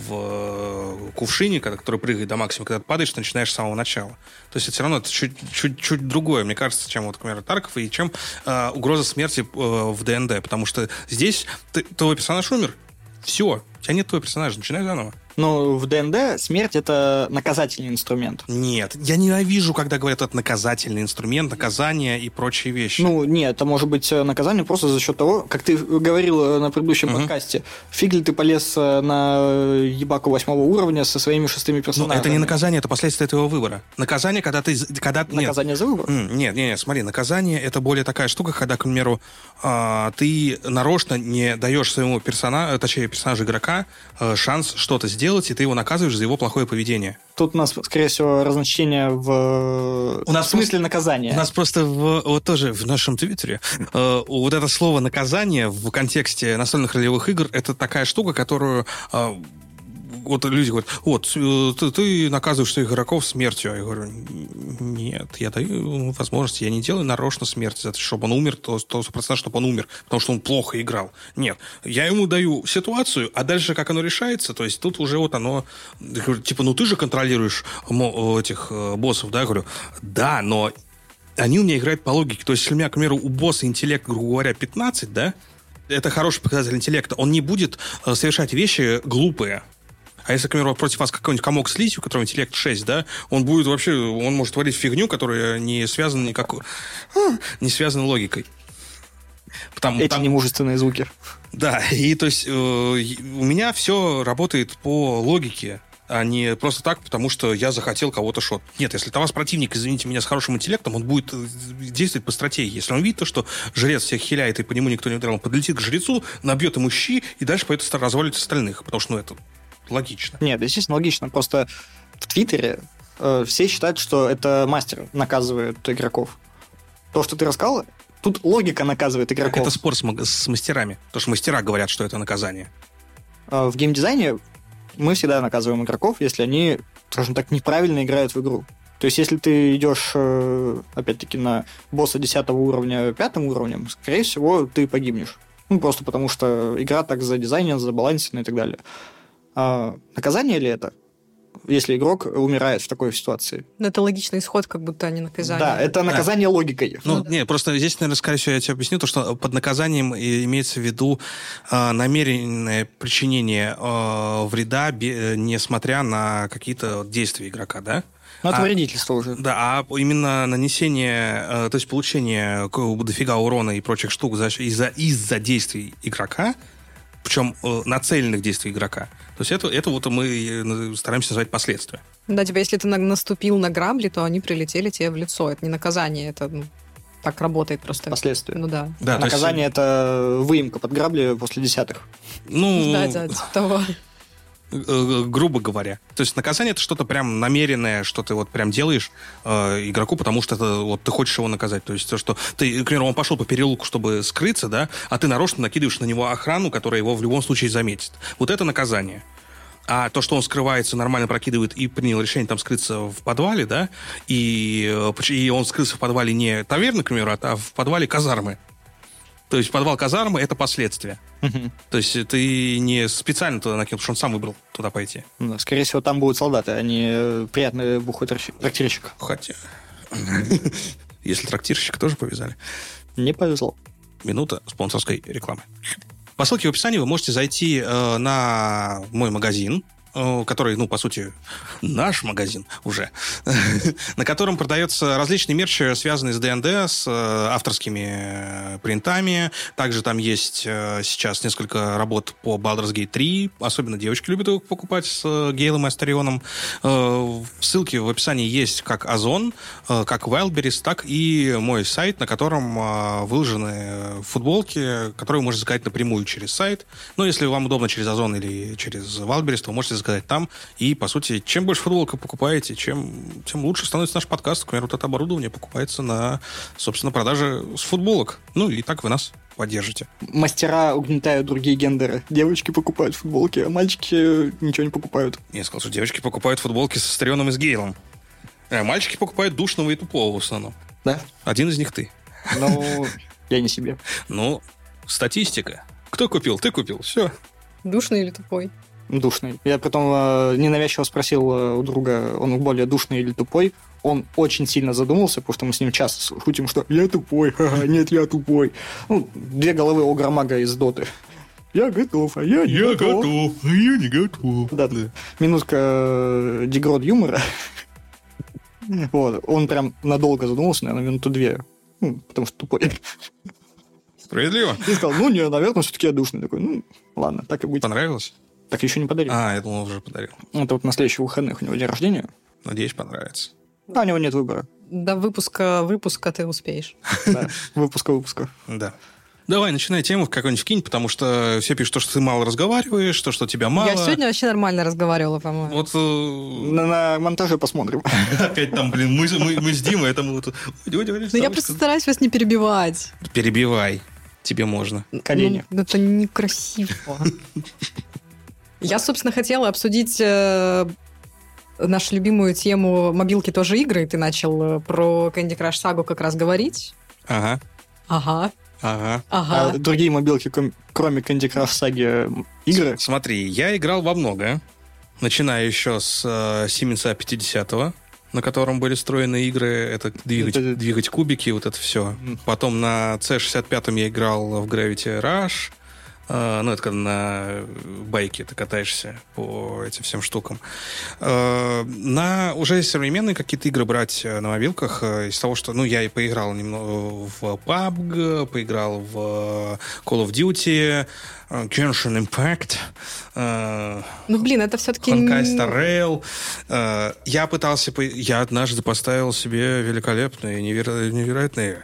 в кувшине, который прыгает до максимума, когда ты падаешь, ты начинаешь с самого начала. То есть это все равно это чуть другое, мне кажется, чем, вот, например, Тарков, и чем угроза смерти в ДНД, потому что здесь твой персонаж умер, все, у тебя нет твоего персонажа, начинай заново. Но в ДНД смерть — это наказательный инструмент. Нет, я ненавижу, когда говорят, это наказательный инструмент, наказание и прочие вещи. Ну, нет, это может быть наказание просто за счет того, как ты говорил на предыдущем подкасте, фиг ли ты полез на ебаку 8 уровня со своими 6 персонажами. Ну, это не наказание, это последствия твоего выбора. Наказание, когда ты... Наказание за выбор? Нет, смотри, наказание — это более такая штука, когда, к примеру, ты нарочно не даешь своему персонажу игрока шанс что-то сделать, и ты его наказываешь за его плохое поведение. Тут у нас, скорее всего, разночтение в смысле наказания. У нас просто вот тоже в нашем твиттере вот это слово «наказание» в контексте настольных ролевых игр — это такая штука, которую... Вот люди говорят, вот, ты наказываешь своих игроков смертью. Я говорю, нет, я даю возможность, я не делаю нарочно смерть, чтобы он умер, то 100%, чтобы он умер, потому что он плохо играл. Нет, я ему даю ситуацию, а дальше как оно решается, то есть тут уже вот оно, типа, ну ты же контролируешь этих боссов, да? Я говорю, да, но они у меня играют по логике, то есть если у меня, к примеру, у босса интеллект, грубо говоря, 15, да, это хороший показатель интеллекта, он не будет совершать вещи глупые. А если, к примеру, против вас какой-нибудь комок слизи, у которого интеллект 6, да, он может творить фигню, которая не связана не связана логикой. Эти немужественные звуки. Да, и то есть у меня все работает по логике, а не просто так, потому что я захотел кого-то шот. Нет, если у вас противник, извините меня, с хорошим интеллектом, он будет действовать по стратегии. Если он видит то, что жрец всех хиляет, и по нему никто не ударил, он подлетит к жрецу, набьет ему щи, и дальше пойдет разваливать остальных, потому что, это логично. Нет, естественно, логично. Просто в Твиттере все считают, что это мастер наказывает игроков. То, что ты рассказал, тут логика наказывает игроков. Это спор с мастерами. Потому что мастера говорят, что это наказание. В геймдизайне мы всегда наказываем игроков, если они, скажем так, неправильно играют в игру. То есть, если ты идешь, опять-таки, на босса 10 уровня 5 уровнем, скорее всего, ты погибнешь. Ну, просто потому что игра так задизайнена, забалансена и так далее. А наказание ли это, если игрок умирает в такой ситуации? Ну, это логичный исход, как будто, а не наказание. Да, это наказание логикой. Не, просто здесь, наверное, скорее всего, я тебе объясню, то, что под наказанием имеется в виду намеренное причинение вреда, несмотря на какие-то действия игрока, да? Ну, это вредительство уже. Да, а именно нанесение, то есть получение дофига урона и прочих штук из-за действий игрока, причем нацеленных действий игрока. То есть это вот мы стараемся называть последствия. Да, типа, если ты наступил на грабли, то они прилетели тебе в лицо. Это не наказание, это так работает просто. Последствия. Ну да. Наказание — это выемка под грабли после 10-х. Да, типа того. Грубо говоря. То есть наказание — это что-то прям намеренное, что ты вот прям делаешь игроку, потому что это, вот, ты хочешь его наказать. То есть то, что ты, к примеру, он пошел по переулку, чтобы скрыться, да, а ты нарочно накидываешь на него охрану, которая его в любом случае заметит. Вот это наказание. А то, что он скрывается, нормально прокидывает и принял решение там скрыться в подвале, да, и он скрылся в подвале не таверны, к примеру, а в подвале казармы. То есть подвал казармы — это последствия. То есть ты не специально туда накинул, потому что он сам выбрал туда пойти. Да, скорее всего, там будут солдаты, а не приятный бухой трактирщик. Хотя... Если трактирщика тоже повязали. Не повезло. Минута спонсорской рекламы. По ссылке в описании вы можете зайти на мой магазин который, по сути, наш магазин уже, на котором продается различный мерч, связанный с ДНД, с авторскими принтами. Также там есть сейчас несколько работ по Baldur's Gate 3. Особенно девочки любят его покупать с Гейлом и Астерионом. Ссылки в описании есть как Озон, как Wildberries, так и мой сайт, на котором выложены футболки, которые вы можете заказать напрямую через сайт. Но если вам удобно через Озон или через Wildberries, то вы можете заказать там. И, по сути, чем больше футболок покупаете, тем лучше становится наш подкаст. Например, вот это оборудование покупается на, собственно, продаже с футболок. И так вы нас поддержите. Мастера угнетают другие гендеры. Девочки покупают футболки, а мальчики ничего не покупают. Я сказал, что девочки покупают футболки с Астерионом и с Гейлом. А мальчики покупают душного и тупого в основном. Да? Один из них ты. Я не себе. Статистика. Кто купил? Ты купил. Все. Душный или тупой? Душный. Я потом ненавязчиво спросил у друга, он более душный или тупой. Он очень сильно задумался, потому что мы с ним часто шутим, что я тупой, нет, я тупой. Две головы огромага из Доты. Я готов, а я не готов. Я готов, а я не готов. Да. Минутка деград юмора. Он прям надолго задумался, наверное, минуту две. Потому что тупой. Справедливо. И сказал, наверное, все-таки я душный. Такой, ладно, так и быть. Понравилось? Так еще не подарил. Я думал, уже подарил. Это на следующих выходных у него день рождения. Надеюсь, понравится. У него нет выбора. До выпуска ты успеешь. Да, выпуска. Да. Давай, начинай тему какой-нибудь вкинь, потому что все пишут, что ты мало разговариваешь, что тебя мало. Я сегодня вообще нормально разговаривала, по-моему. На монтаже посмотрим. Опять там, мы с Димой, это мы... Я просто стараюсь вас не перебивать. Перебивай. Тебе можно. Колени. Это некрасиво. Я, собственно, хотела обсудить нашу любимую тему «Мобилки тоже игры». И ты начал про Candy Crush Saga как раз говорить. Ага. А другие мобилки, кроме Candy Crush Saga, игры? Смотри, я играл во много. Начиная еще с Siemens A50, на котором были встроены игры. Это двигать кубики, вот это все. Потом на C65 я играл в Gravity Rush. Это когда на байке ты катаешься по этим всем штукам. На уже современные какие-то игры брать на мобилках, из того, что, я и поиграл немного в PUBG, поиграл в Call of Duty, Genshin Impact. Это все-таки... Honkai Star Rail. Я однажды поставил себе великолепные, невероятные...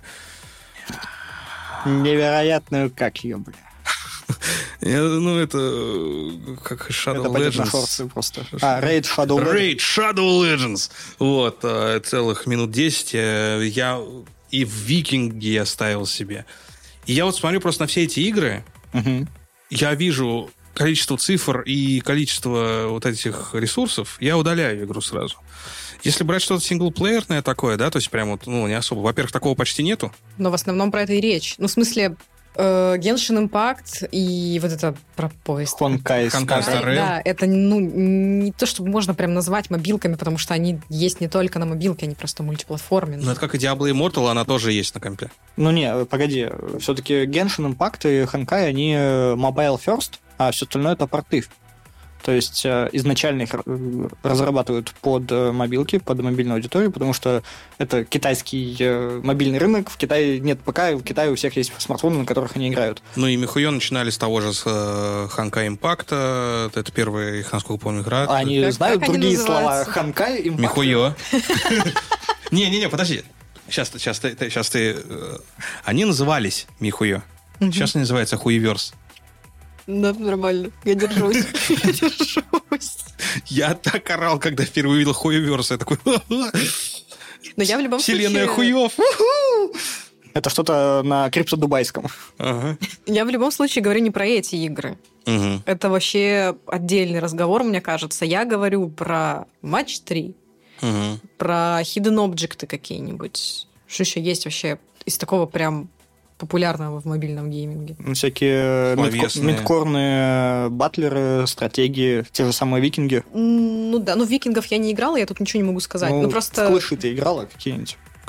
Невероятную, как ее, бля. Это как Shadow Legends. Просто. Raid Shadow Legends. Raid Shadow Legends. Целых минут 10 я и в Викинге я ставил себе. И я смотрю просто на все эти игры, я вижу количество цифр и количество вот этих ресурсов, я удаляю игру сразу. Если брать что-то синглплеерное такое, да, то есть прям не особо. Во-первых, такого почти нету. Но в основном про это и речь. В смысле... Genshin Impact и вот это про поезд. Honkai Star Rail. Да, это не то, чтобы можно прям назвать мобилками, потому что они есть не только на мобилке, они просто мультиплатформенные. Это как и Diablo Immortal, она тоже есть на компе. Погоди. Все-таки Genshin Impact и Honkai, они mobile first, а все остальное это порты. То есть изначально их разрабатывают под мобилки, под мобильную аудиторию, потому что это китайский мобильный рынок, в Китае нет ПК, и в Китае у всех есть смартфоны, на которых они играют. И Михуё начинали с того же, с Honkai Impact, это первая их, насколько помню, игра. Они знают другие слова? Honkai Impact? Михуё. Не, подожди. Сейчас ты... Они назывались Михуё. Сейчас они называются Хуеверс. Да, нормально. Я держусь. Я так орал, когда впервые увидел Хуеверс. Я такой... Но я в любом случае... Вселенная хуев! Это что-то на крипто-дубайском. Я в любом случае говорю не про эти игры. Это вообще отдельный разговор, мне кажется. Я говорю про Match 3, про Hidden Objects какие-нибудь. Что еще есть вообще из такого прям популярного в мобильном гейминге? Всякие мидкорные батлеры, стратегии, те же самые викинги. В викингов я не играла, я тут ничего не могу сказать. Просто... В клыши ты играла какие-нибудь?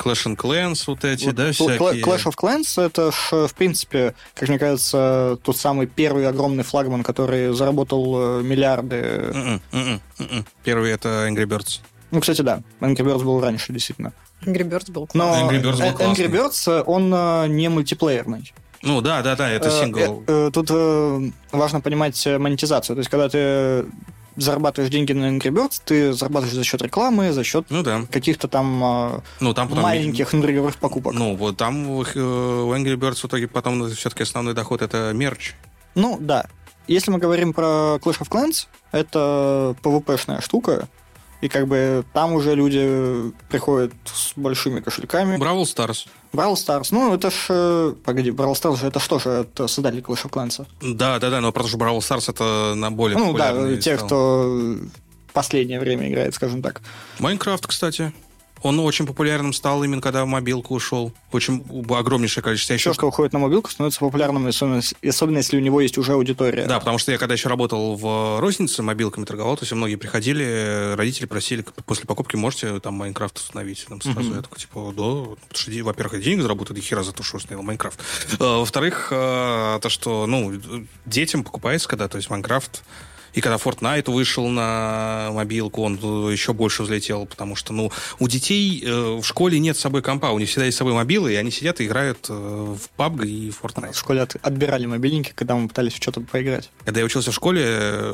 Clash of Clans вот эти, вот, да, всякие. Clash of Clans — это ж, в принципе, как мне кажется, тот самый первый огромный флагман, который заработал миллиарды. Первый — это Angry Birds. Ну, кстати, да. Angry Birds был раньше, действительно. Angry Birds был классный. Но Angry Birds, он не мультиплеерный. Ну, да, это сингл. Тут важно понимать монетизацию. То есть, когда ты зарабатываешь деньги на Angry Birds, ты зарабатываешь за счет рекламы, за счет каких-то там, маленьких игровых покупок. Ну, вот там у Angry Birds в итоге потом все-таки основной доход — это мерч. Ну, да. Если мы говорим про Clash of Clans, это PvP-шная штука, и как бы там уже люди приходят с большими кошельками. Brawl Stars. Brawl Stars, ну это ж... Погоди, Brawl Stars же это что же от создателей Clash of Clans? Да, но потому что Brawl Stars это на более популярный. Ну да, те, кто последнее время играет, скажем так. Майнкрафт, кстати. Он очень популярным стал именно когда в мобилку ушел. Очень огромнейшее количество. Все, что уходит на мобилку, становится популярным, особенно если у него есть уже аудитория. Да, потому что я когда еще работал в рознице, мобилками торговал, то есть многие приходили, родители просили, после покупки можете там Майнкрафт установить. Там сразу я такой, типа, да, потому что, во-первых, я денег заработаю, до хера за то, что установил Майнкрафт. Во-вторых, то, что, детям покупается, когда, то есть Майнкрафт. И когда Fortnite вышел на мобилку, он еще больше взлетел, потому что, у детей в школе нет с собой компа, у них всегда есть с собой мобилы, и они сидят и играют в PUBG и Fortnite. В школе отбирали мобильники, когда мы пытались в что-то поиграть. Когда я учился в школе,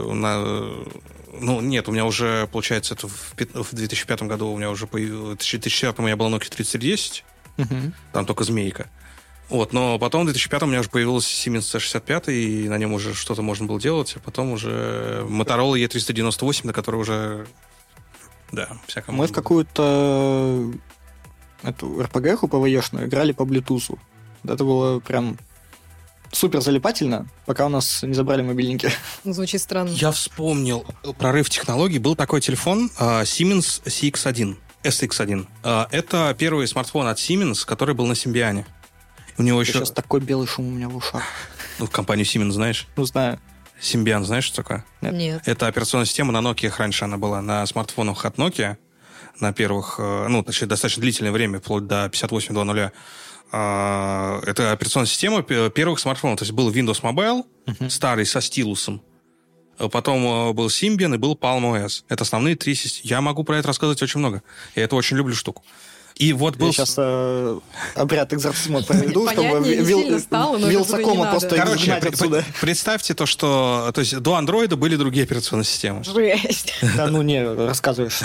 нет, у меня уже, получается, это в 2005 году у меня уже появилось... В 2004 у меня была Nokia 3310, там только змейка. Но потом в 2005 у меня уже появился Siemens C65, и на нем уже что-то можно было делать, а потом уже Motorola E398, на которой уже, всякое. Мы в какую-то эту RPG-ху PvE-шную играли по Bluetooth. Это было прям супер залипательно, пока у нас не забрали мобильники. Звучит странно. Я вспомнил прорыв технологий. Был такой телефон Siemens SX1. Это первый смартфон от Siemens, который был на Symbian. У него еще... Сейчас такой белый шум у меня в ушах. Компанию Siemens знаешь? Знаю. Symbian, знаешь, что такое? Нет. Это операционная система на Nokia, раньше она была, на смартфонах от Nokia, на первых, достаточно длительное время, вплоть до 5800. Это операционная система первых смартфонов. То есть был Windows Mobile, старый, со стилусом. Потом был Symbian и был Palm OS. Это основные три системы. Я могу про это рассказывать очень много. Я это очень люблю штуку. И вот был... Я сейчас обряд экзорцизма проведу, чтобы Вилсакома просто изгнать отсюда. Представьте то, что... То есть до андроида были другие операционные системы. Жесть. Да не, рассказываешь.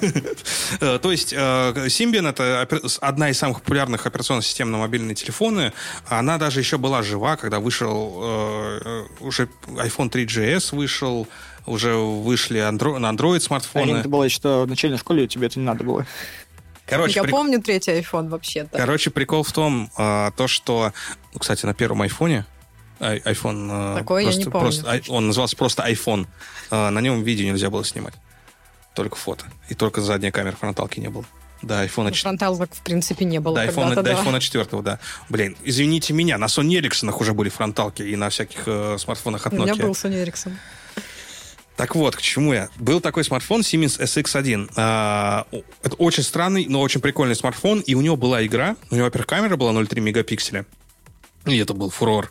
То есть Symbian — это одна из самых популярных операционных систем на мобильные телефоны. Она даже еще была жива, когда вышел уже iPhone 3GS вышел, уже вышли на Android смартфоны. Это было еще в начальной школе, тебе это не надо было. Я помню третий iPhone вообще-то. Прикол в том, то, что... Кстати, на первом айфоне iPhone... Такое я не помню. Он назывался просто iPhone. На нем видео нельзя было снимать. Только фото. И только задняя камера, фронталки не было. Да, iPhone 4. Фронталок, в принципе, не было. До iPhone 4, да. Блин, извините меня, на Sony Ericsson уже были фронталки и на всяких смартфонах от Nokia. У меня был Sony Ericsson. Так вот, к чему я. Был такой смартфон Siemens SX1. Это очень странный, но очень прикольный смартфон. И у него была игра. У него, во-первых, камера была 0,3 мегапикселя. И это был фурор.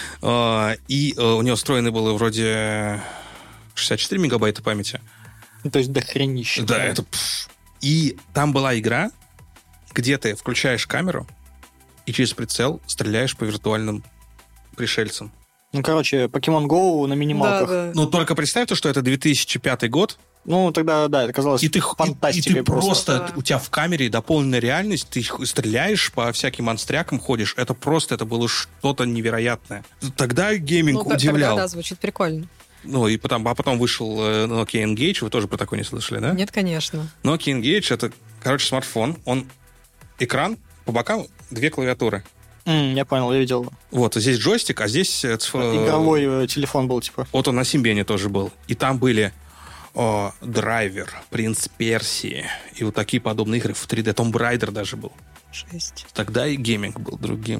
И у него встроены было вроде 64 мегабайта памяти. То есть дохренище. Да, это... И там была игра, где ты включаешь камеру и через прицел стреляешь по виртуальным пришельцам. Pokemon Go на минималках. Да. Только представь то, что это 2005 год. Тогда, это казалось фантастикой. И ты просто у тебя в камере дополненная реальность, ты стреляешь по всяким монстрякам, ходишь. Это было что-то невероятное. Тогда гейминг удивлял. Тогда, звучит прикольно. И потом вышел Nokia Engage. Вы тоже про такое не слышали, да? Нет, конечно. Nokia Engage — это, смартфон. Экран, по бокам 2 клавиатуры. Я понял, я видел. Здесь джойстик, а здесь... Игровой телефон был, типа. Вот он на Symbian тоже был. И там были Драйвер, Принц Персии и вот такие подобные игры в 3D. Tomb Raider даже был. Жесть. Тогда и гейминг был другим.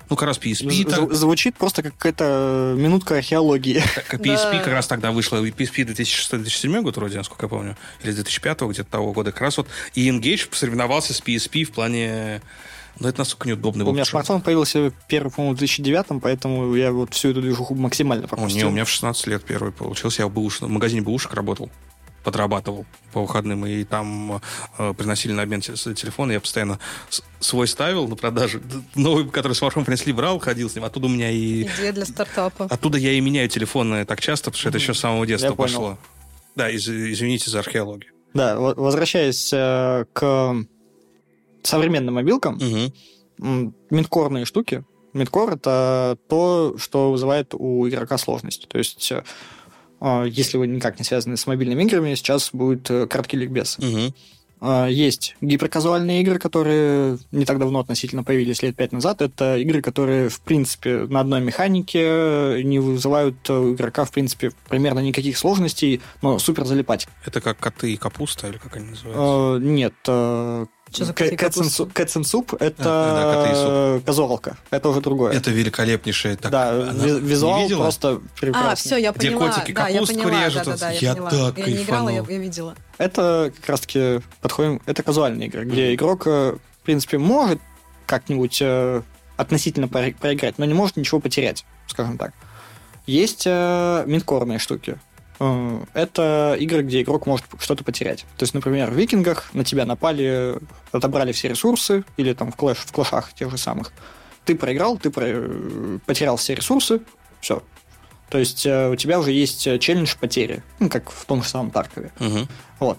Ну, как раз PSP... Звучит просто как какая-то минутка археологии. PSP как раз тогда вышла, PSP 2006-2007 год вроде, насколько я помню, или 2005 где-то того года. Как раз вот и Engage соревновался с PSP в плане... Но это настолько неудобно. У меня смартфон появился первый, по-моему, в 2009, поэтому я вот всю эту движуху максимально пропустил. У меня в 16 лет первый получился. Я в магазине бэушек работал, подрабатывал по выходным, и там приносили на обмен телефона. Я постоянно свой ставил на продажу. Новый, который смартфон принесли, брал, ходил с ним. Оттуда у меня и... Идея для стартапа. Оттуда я и меняю телефоны так часто, потому что это еще с самого детства пошло. Да, извините за археологию. Да, возвращаясь к современным мобилкам, мидкорные штуки. Мидкор — это то, что вызывает у игрока сложность. То есть, если вы никак не связаны с мобильными играми, сейчас будет краткий ликбез. Есть гиперказуальные игры, которые не так давно относительно появились, лет 5 назад. Это игры, которые, в принципе, на одной механике не вызывают у игрока, в принципе, примерно никаких сложностей, но супер залипать. Это как коты и капуста, или как они называются? Нет. Cats and Soup — это казуалка. Это уже другое. Это великолепнейшее. Да, визуал просто прекрасный. Все, я поняла. Где котики капустку режут. Я так кайфанул. Я не играла, я видела. Это как раз-таки подходим... Это казуальная игра, где игрок, в принципе, может как-нибудь относительно проиграть, но не может ничего потерять, скажем так. Есть мидкорные штуки. Это игры, где игрок может что-то потерять. То есть, например, в Викингах на тебя напали, отобрали все ресурсы, или там в клашах тех же самых. Ты проиграл, ты потерял все ресурсы, все. То есть у тебя уже есть челлендж потери, как в том же самом Таркове. Вот.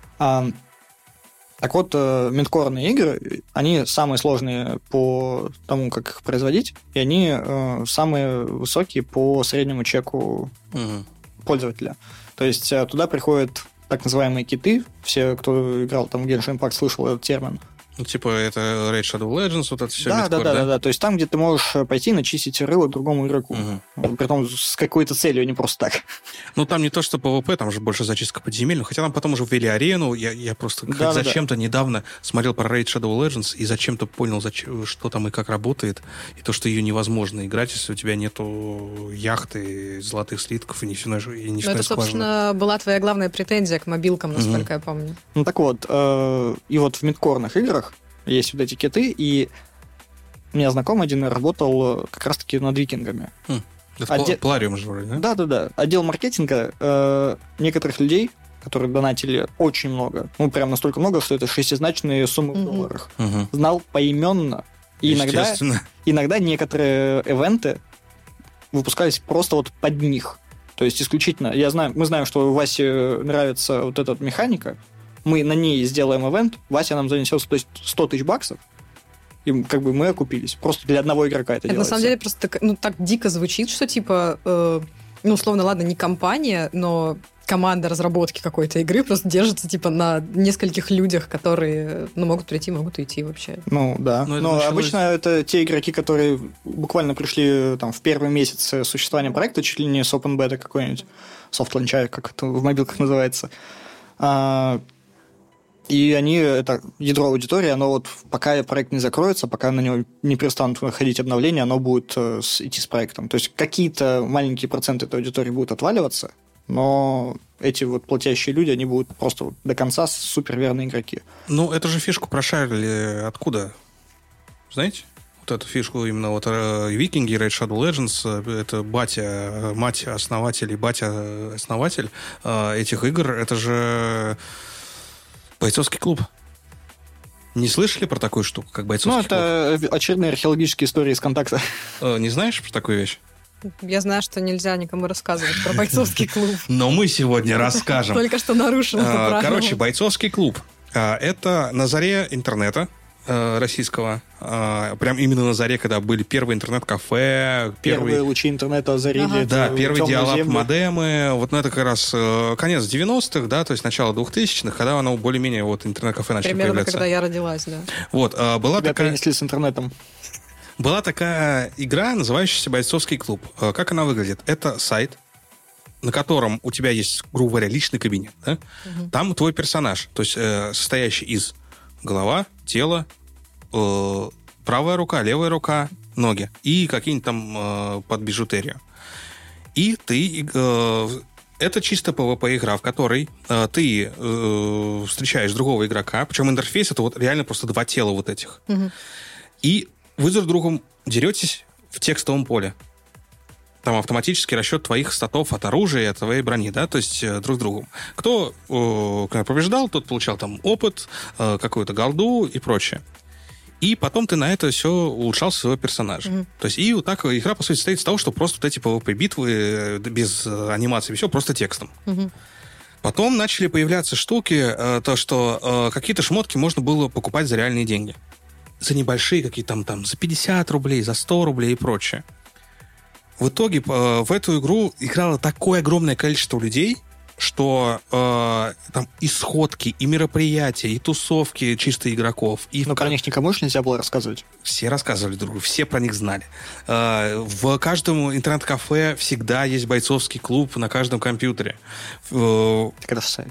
Так вот, мидкорные игры, они самые сложные по тому, как их производить, и они самые высокие по среднему чеку пользователя. То есть туда приходят так называемые киты. Все, кто играл там в Genshin Impact, слышал этот термин. Ну, типа, это Raid Shadow Legends, вот это все. Да. То есть там, где ты можешь пойти начистить рыло другому игроку. Притом с какой-то целью, а не просто так. Ну, там не то, что PvP, там же больше зачистка подземельных. Хотя там потом уже ввели арену. Я просто зачем-то недавно смотрел про Raid Shadow Legends и зачем-то понял, что там и как работает. И то, что ее невозможно играть, если у тебя нету яхты, золотых слитков и нефтяной скважины. Ну, это, собственно, была твоя главная претензия к мобилкам, насколько я помню. Ну, так вот. И вот в мидкорных играх есть вот эти киты, и у меня знакомый один работал как раз-таки над викингами. Это Полариум же вроде, да? Да. Отдел маркетинга некоторых людей, которые донатили очень много, ну, прям настолько много, что это шестизначные суммы в долларах, знал поименно. И иногда некоторые ивенты выпускались просто вот под них. То есть исключительно... Мы знаем, что Васе нравится вот эта механика, мы на ней сделаем ивент, Вася нам занесет 100 тысяч баксов, и как бы мы окупились. Просто для одного игрока это делается. На самом деле просто так дико звучит, что типа, условно, ладно, не компания, но команда разработки какой-то игры просто держится типа на нескольких людях, которые могут прийти, могут уйти вообще. Ну, да. Но обычно это те игроки, которые буквально пришли там в первый месяц существования проекта, чуть ли не с Open Beta какой-нибудь, soft launch, как это в мобилках называется. И это ядро аудитории, оно вот пока проект не закроется, пока на него не перестанут выходить обновления, оно будет идти с проектом. То есть какие-то маленькие проценты этой аудитории будут отваливаться, но эти вот платящие люди, они будут просто до конца суперверные игроки. Ну, эту же фишку прошарили откуда? Знаете? Вот эту фишку именно вот Викинги, Raid Shadow Legends, это мать-основатель и батя-основатель этих игр, это же... Бойцовский клуб. Не слышали про такую штуку, как бойцовский клуб? Ну, это очередные археологические истории из контакта. Не знаешь про такую вещь? Я знаю, что нельзя никому рассказывать про бойцовский клуб. Но мы сегодня расскажем. Только что нарушил это правило. Короче, бойцовский клуб. Это на заре интернета российского. Прям именно на заре, когда были первые интернет-кафе. Первые лучи интернета озарили. Да, первые диалап-модемы. Вот это как раз конец 90-х, да, то есть начало 2000-х, когда оно более-менее вот интернет-кафе начали примерно появляться. Когда я родилась, да. Вот, была тебя такая... перенесли с интернетом. Была такая игра, называющаяся «Бойцовский клуб». Как она выглядит? Это сайт, на котором у тебя есть, грубо говоря, личный кабинет. Да? Там твой персонаж, то есть состоящий из голова, тело, правая рука, левая рука, ноги и какие-нибудь там под бижутерию. И ты... это чисто PvP-игра, в которой ты встречаешь другого игрока, причем интерфейс — это вот реально просто два тела вот этих. И вы друг с другом деретесь в текстовом поле. Там автоматический расчет твоих статов от оружия и от твоей брони, да, то есть друг с другом. Кто побеждал, тот получал там опыт, какую-то голду и прочее. И потом ты на это все улучшал своего персонажа. То есть и вот так игра, по сути, состоит из того, что просто вот эти PvP-битвы без анимации, все просто текстом. Потом начали появляться штуки, то, что какие-то шмотки можно было покупать за реальные деньги. За небольшие какие-то там за 50 рублей, за 100 рублей и прочее. В итоге в эту игру играло такое огромное количество людей, что там и сходки, и мероприятия, и тусовки чисто игроков. И но про них никому же нельзя было рассказывать. Все рассказывали друг другу, все про них знали. В каждом интернет-кафе всегда есть бойцовский клуб на каждом компьютере. Так это сайт.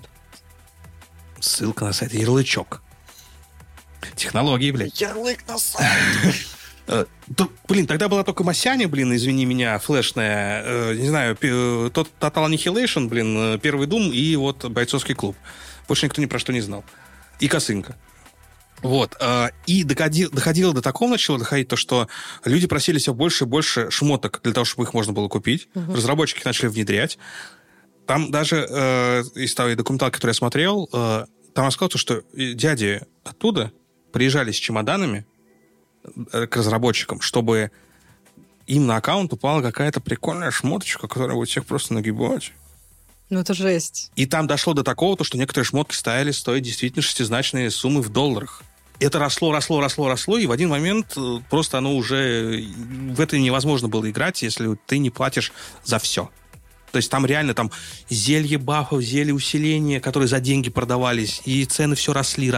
Ссылка на сайт, ярлычок. Технологии, блядь. Ярлык на сайт. Блин, тогда была только Масяня, блин, извини меня, флешная, не знаю, тот Total Annihilation, блин, Первый Doom и вот бойцовский клуб. Больше никто ни про что не знал. И косынка. Вот. И доходило до такого, начало доходить, то, что люди просили все больше и больше шмоток для того, чтобы их можно было купить. Разработчики их начали внедрять. Там даже из той документалки, которую я смотрел, там рассказывается, что дяди оттуда приезжали с чемоданами к разработчикам, чтобы им на аккаунт упала какая-то прикольная шмоточка, которая будет всех просто нагибать. Ну, это жесть. И там дошло до такого, что некоторые шмотки стали стоить действительно шестизначные суммы в долларах. Это росло, и в один момент просто оно уже... В это невозможно было играть, если ты не платишь за все. То есть там реально там зелье бафов, зелье усиления, которые за деньги продавались, и цены все росли.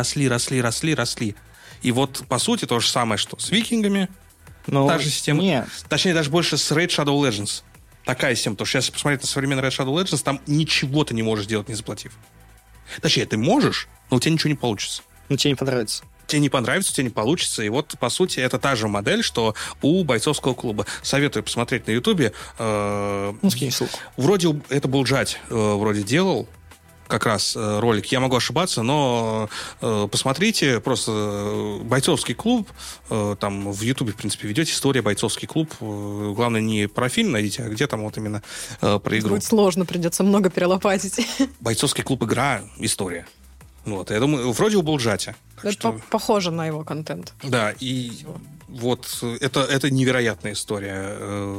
И вот, по сути, то же самое, что с викингами. Та же система. Нет. Точнее, даже больше с Raid Shadow Legends. Такая система. Потому что если посмотреть на современный Raid Shadow Legends, там ничего ты не можешь сделать, не заплатив. Точнее, ты можешь, но у тебя ничего не получится. Но тебе не понравится. Тебе не понравится, тебе не получится. И вот, по сути, это та же модель, что у бойцовского клуба. Советую посмотреть на Ютубе. Скинь ссылку. Вроде это был Джать, вроде делал как раз ролик. Я могу ошибаться, но посмотрите просто бойцовский клуб. Там в Ютубе, в принципе, ведете история бойцовский клуб. Главное, не про фильм найдите, а где там вот именно про игру. Будет сложно, придется много перелопатить. Бойцовский клуб игра, история. Вот, я думаю, вроде у Булджати. Это что... похоже на его контент. Да, и вот это невероятная история.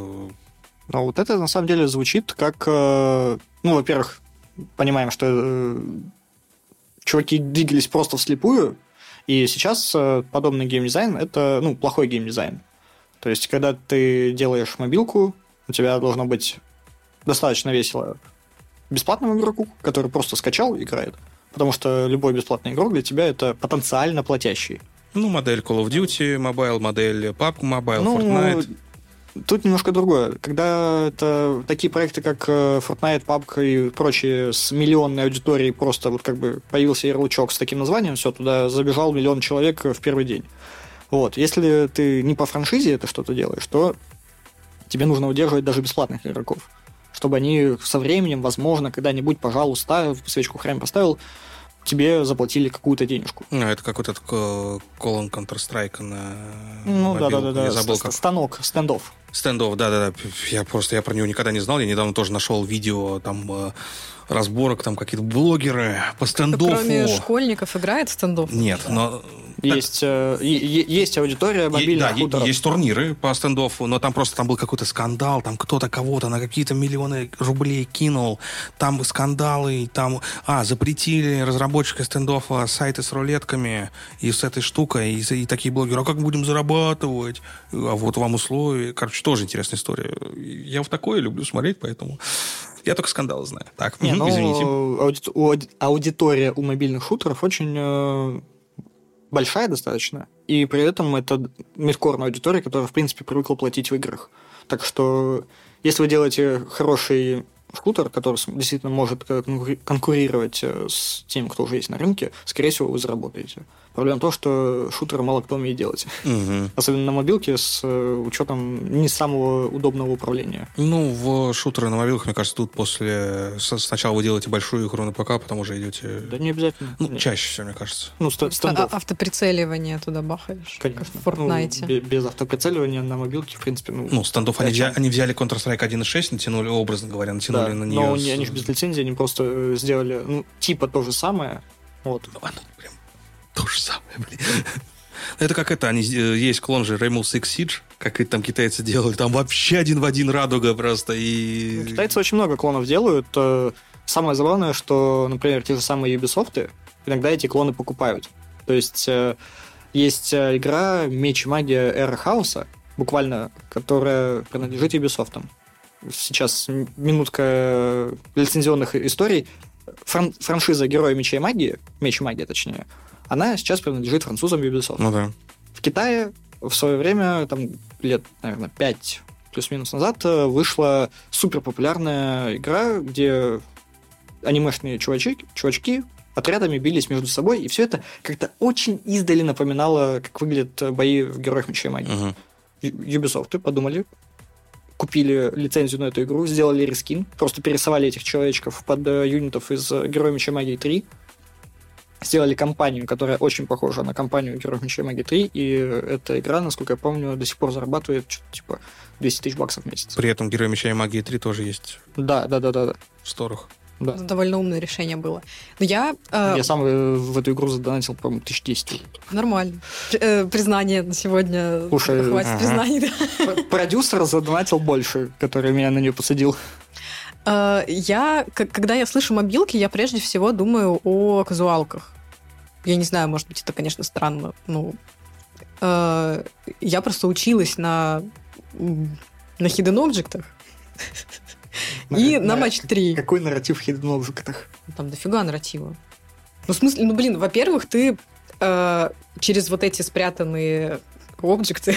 Но вот это на самом деле звучит как, ну, во-первых, понимаем, что чуваки двигались просто вслепую, и сейчас подобный геймдизайн – это, ну, плохой геймдизайн. То есть, когда ты делаешь мобилку, у тебя должно быть достаточно весело бесплатному игроку, который просто скачал и играет. Потому что любой бесплатный игрок для тебя – это потенциально платящий. Ну, модель Call of Duty Mobile, модель PUBG Mobile, Fortnite. Тут немножко другое. Когда это такие проекты, как Fortnite, PUBG и прочие с миллионной аудиторией, просто вот как бы появился ярлычок с таким названием, все, туда забежал 1 миллион человек в первый день. Вот. Если ты не по франшизе это что-то делаешь, то тебе нужно удерживать даже бесплатных игроков, чтобы они со временем, возможно, когда-нибудь, пожалуйста, свечку в храме поставил, тебе заплатили какую-то денежку. Это как вот этот колон Counter-Strike на да. Я забыл, как... Станок, стендов. Стендов, да. Я про него никогда не знал. Я недавно тоже нашел видео там разборок, там какие-то блогеры по стендофу. Кроме школьников играет в стендов? Нет, но... Есть аудитория мобильных хуторов. Есть турниры по стендофу, но там был какой-то скандал, там кто-то кого-то на какие-то миллионы рублей кинул, там скандалы, там запретили разработчика стендофа сайты с рулетками и с этой штукой, и такие блогеры, а как будем зарабатывать? А вот вам условия. Короче, тоже интересная история. Я в такое люблю смотреть, поэтому... Я только скандалы знаю. Так, извините. Аудитория у мобильных шутеров очень большая достаточно, и при этом это мидкорная аудитория, которая, в принципе, привыкла платить в играх. Так что, если вы делаете хороший шутер, который действительно может конкурировать с тем, кто уже есть на рынке, скорее всего, вы заработаете. Проблема в том, что шутеры мало кто умеет делать. Особенно на мобилке с учетом не самого удобного управления. Ну, в шутеры на мобилках, мне кажется, тут сначала вы делаете большую игру на ПК, потом уже идете... Да не обязательно. Ну, чаще всего, мне кажется. Ну, стендов. Автоприцеливание туда бахаешь. Конечно. Как в Fortnite. Без автоприцеливания на мобилке, в принципе... Ну, стендов они взяли Counter-Strike 1.6, натянули, образно говоря, на нее... но они же без лицензии, они просто сделали, типа то же самое. Вот. Оно прям то же самое, блин. Это как есть клон же Rainbow Six Siege, как там китайцы делали, там вообще один в один радуга просто. И... Китайцы очень много клонов делают. Самое забавное, что, например, те же самые Ubisoft иногда эти клоны покупают. То есть игра «Меч и магия. Эра хаоса», буквально, которая принадлежит Ubisoft. Сейчас минутка лицензионных историй. Франшиза «Герои меча и магии», «Меч и магия», точнее, она сейчас принадлежит французам Ubisoft. Ну да. В Китае в свое время, там, лет, наверное, 5 плюс-минус назад, вышла суперпопулярная игра, где анимешные чувачки отрядами бились между собой, и все это как-то очень издали напоминало, как выглядят бои в «Героях меча и магии». Ubisoft подумали, купили лицензию на эту игру, сделали рескин, просто перерисовали этих человечков под юнитов из «Героя меча и магии 3», сделали кампанию, которая очень похожа на кампанию «Героев меча и магии 3», и эта игра, насколько я помню, до сих пор зарабатывает что-то типа 200 тысяч баксов в месяц. При этом «Герои меча и магии 3» тоже есть. Да. В сторах. Да. Это довольно умное решение было. Но я сам в эту игру задонатил, по-моему, 1010. Нормально. Признание на сегодня. Слушай, хватит признаний. Да. Продюсер задонатил больше, который меня на нее посадил. Когда я слышу мобилки, я прежде всего думаю о казуалках. Я не знаю, может быть, это, конечно, странно. Я просто училась на Hidden Object'ах. И на Match 3. Какой нарратив в Hidden Object'ах? Там дофига нарратива. В смысле, во-первых, ты через вот эти спрятанные объекты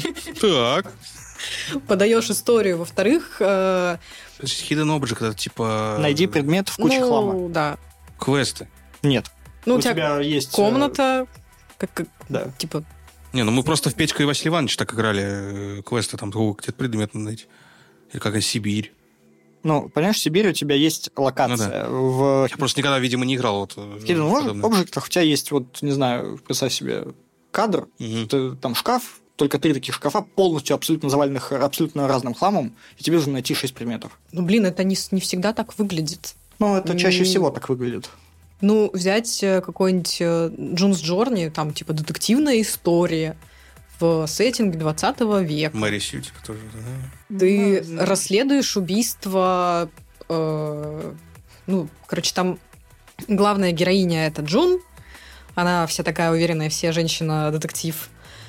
подаешь историю. Во-вторых... Hidden Object — это типа... Найди предмет в куче хлама. Да. Квесты. Нет. У тебя есть комната, да. Типа... Мы просто в Петьку и Василий Иванович так играли квесты, там где-то предмет найти. Или как Сибирь. Понимаешь, в Сибири у тебя есть локация. Да. Я просто никогда, видимо, не играл. В Hidden Object'ах у тебя есть, не знаю, представь себе, кадр, там шкаф, только 3 таких шкафа, полностью абсолютно заваленных абсолютно разным хламом, и тебе нужно найти 6 предметов. Это не всегда так выглядит. Это чаще всего так выглядит. Взять какой-нибудь Джунс Джорни, там, типа, детективная история в сеттинге 20 века. Мэри Сью, типа, тоже, да? Ты расследуешь убийство... там главная героиня — это Джун. Она вся такая уверенная, вся женщина-детектив.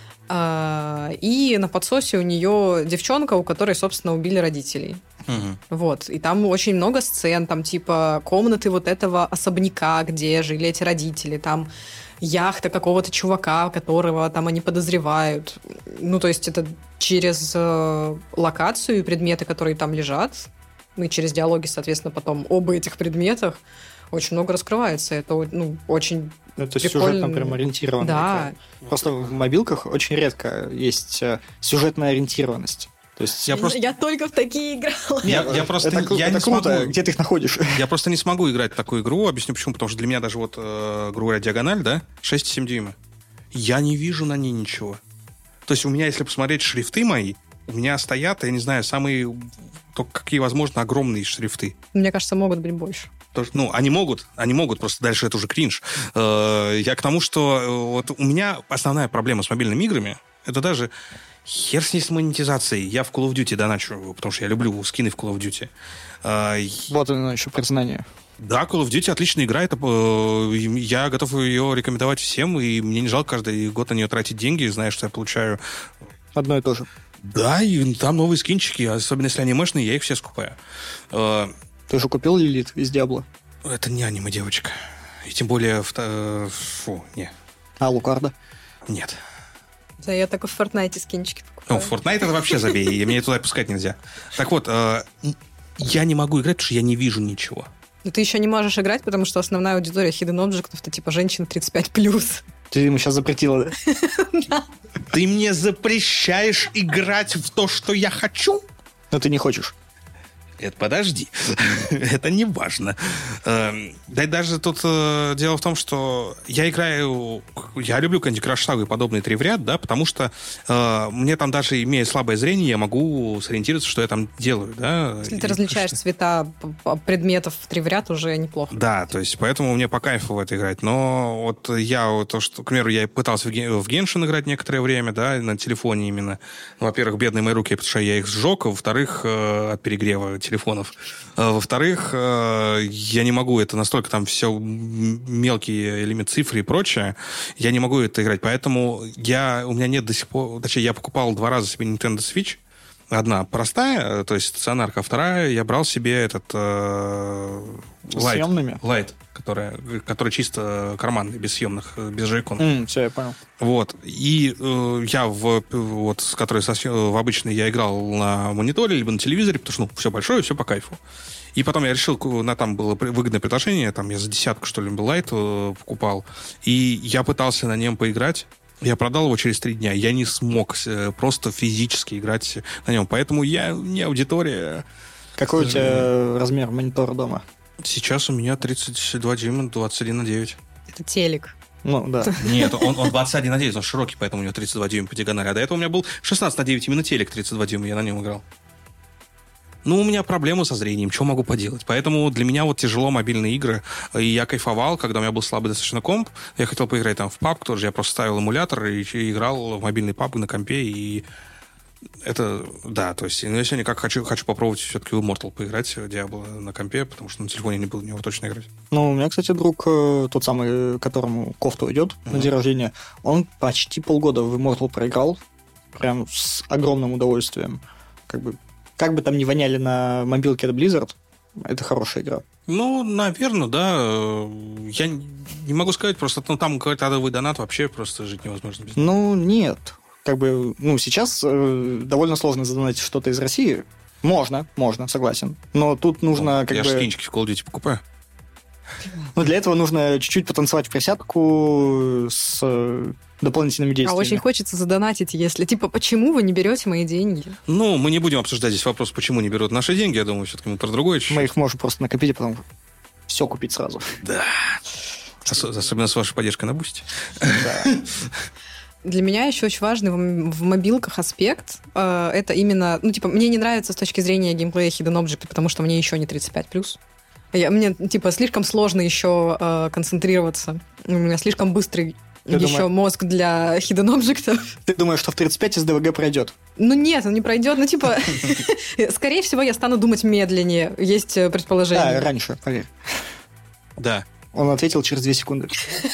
И на подсосе у нее девчонка, у которой, собственно, убили родителей. Вот. И там очень много сцен, там типа комнаты вот этого особняка, где жили эти родители, там яхта какого-то чувака, которого там они подозревают. То есть это через локацию и предметы, которые там лежат, и через диалоги, соответственно, потом об этих предметах очень много раскрывается. Это очень это сюжетно прям ориентированно. Да. Просто в мобилках очень редко есть сюжетная ориентированность. То есть я только в такие играл. Это круто. Где ты их находишь? Я просто не смогу играть в такую игру. Объясню почему. Потому что для меня даже грубо говоря, диагональ, да, 6,7 дюйма. Я не вижу на ней ничего. То есть у меня, если посмотреть шрифты мои, у меня стоят, я не знаю, самые, какие, возможно, огромные шрифты. Мне кажется, могут быть больше. Они могут, просто дальше это уже кринж. Я к тому, что у меня основная проблема с мобильными играми, это даже хер с ней с монетизацией. Я в Call of Duty доначу, потому что я люблю скины в Call of Duty. Вот оно еще признание. Да, Call of Duty отличная игра. Я готов ее рекомендовать всем, и мне не жалко каждый год на нее тратить деньги, зная, что я получаю... Одно и то же. Да, и там новые скинчики, особенно если анимешные, я их все скупаю. Ты же купил Лилит из Диабло? Это не аниме-девочка. И тем более... не. А Лукарда? Нет. Да, я только в Fortnite скинчики покупаю. В Fortnite это вообще забей, и меня туда пускать нельзя. Так вот, я не могу играть, потому что я не вижу ничего. Ты еще не можешь играть, потому что основная аудитория Hidden Object'ов — это типа женщины 35+. Ты ему сейчас запретила, да? Ты мне запрещаешь играть в то, что я хочу? Но ты не хочешь. Это подожди, это не важно. Да и даже тут дело в том, что я люблю Candy Crush Saga и подобные 3 в ряд, да, потому что мне там даже, имея слабое зрение, я могу сориентироваться, что я там делаю, да. Если ты различаешь цвета предметов в 3 в ряд, уже неплохо. Да, то есть поэтому мне по кайфу в это играть. Но вот к примеру, я пытался в Genshin играть некоторое время, да, на телефоне именно. Во-первых, бедные мои руки, потому что я их сжег, а во-вторых, от перегрева телефонов. Во-вторых, я не могу, это настолько там все мелкие элементы, цифры и прочее, я не могу это играть, поэтому у меня нет до сих пор, точнее, я покупал 2 раза себе Nintendo Switch, одна простая, то есть стационарка, а вторая я брал себе этот Lite, который чисто карманный, без съемных, без джойконов. Все, я понял. Вот. И я с которой в обычный я играл на мониторе, либо на телевизоре, потому что все большое, все по кайфу. И потом я решил, там было выгодное предложение, там я за 10, что ли, Лайт покупал, и я пытался на нем поиграть. Я продал его через 3 дня. Я не смог просто физически играть на нем. Поэтому я не аудитория. Какой у тебя размер монитора дома? Сейчас у меня 32 дюйма, 21:9. Это телек. Ну, да. Нет, он 21:9, он широкий, поэтому у него 32 дюйма по диагонали. А до этого у меня был 16:9, именно телек 32 дюйма, я на нем играл. Ну, у меня проблемы со зрением, что могу поделать? Поэтому для меня вот тяжело мобильные игры. И я кайфовал, когда у меня был слабый достаточно комп. Я хотел поиграть там в PUBG, тоже я просто ставил эмулятор и играл в мобильный PUBG на компе. И это, да, то есть я сегодня хочу попробовать все-таки в Immortal поиграть, Diablo на компе, потому что на телефоне не буду в него точно играть. Ну, у меня, кстати, друг, тот самый, которому кофту идет на день рождения, он почти полгода в Immortal проиграл, прям с огромным удовольствием. Как бы там ни воняли на мобилке от Blizzard, это хорошая игра. Ну, наверное, да. Я не могу сказать, просто там какой-то адовый донат, вообще просто жить невозможно без него. Ну, нет. Сейчас довольно сложно задонатить что-то из России. Можно, согласен. Но тут нужно я скинчики в Call of Duty покупаю. Но для этого нужно чуть-чуть потанцевать в присядку с дополнительными действиями. А очень хочется задонатить, если... почему вы не берете мои деньги? Ну, мы не будем обсуждать здесь вопрос, почему не берут наши деньги. Я думаю, все-таки мы про другое чуть-чуть. Мы их можем просто накопить, а потом все купить сразу. Да. Особенно с вашей поддержкой на Бусти. Да. Для меня еще очень важный в мобилках аспект. Это именно... мне не нравится с точки зрения геймплея Hidden Object, потому что мне еще не 35+. Мне, слишком сложно еще концентрироваться. У меня слишком быстрый мозг для Hidden Object. Ты думаешь, что в 35 СДВГ пройдет? Ну нет, он не пройдет. Скорее всего, я стану думать медленнее. Есть предположение. Раньше, поверь. Да. Он ответил через 2 секунды.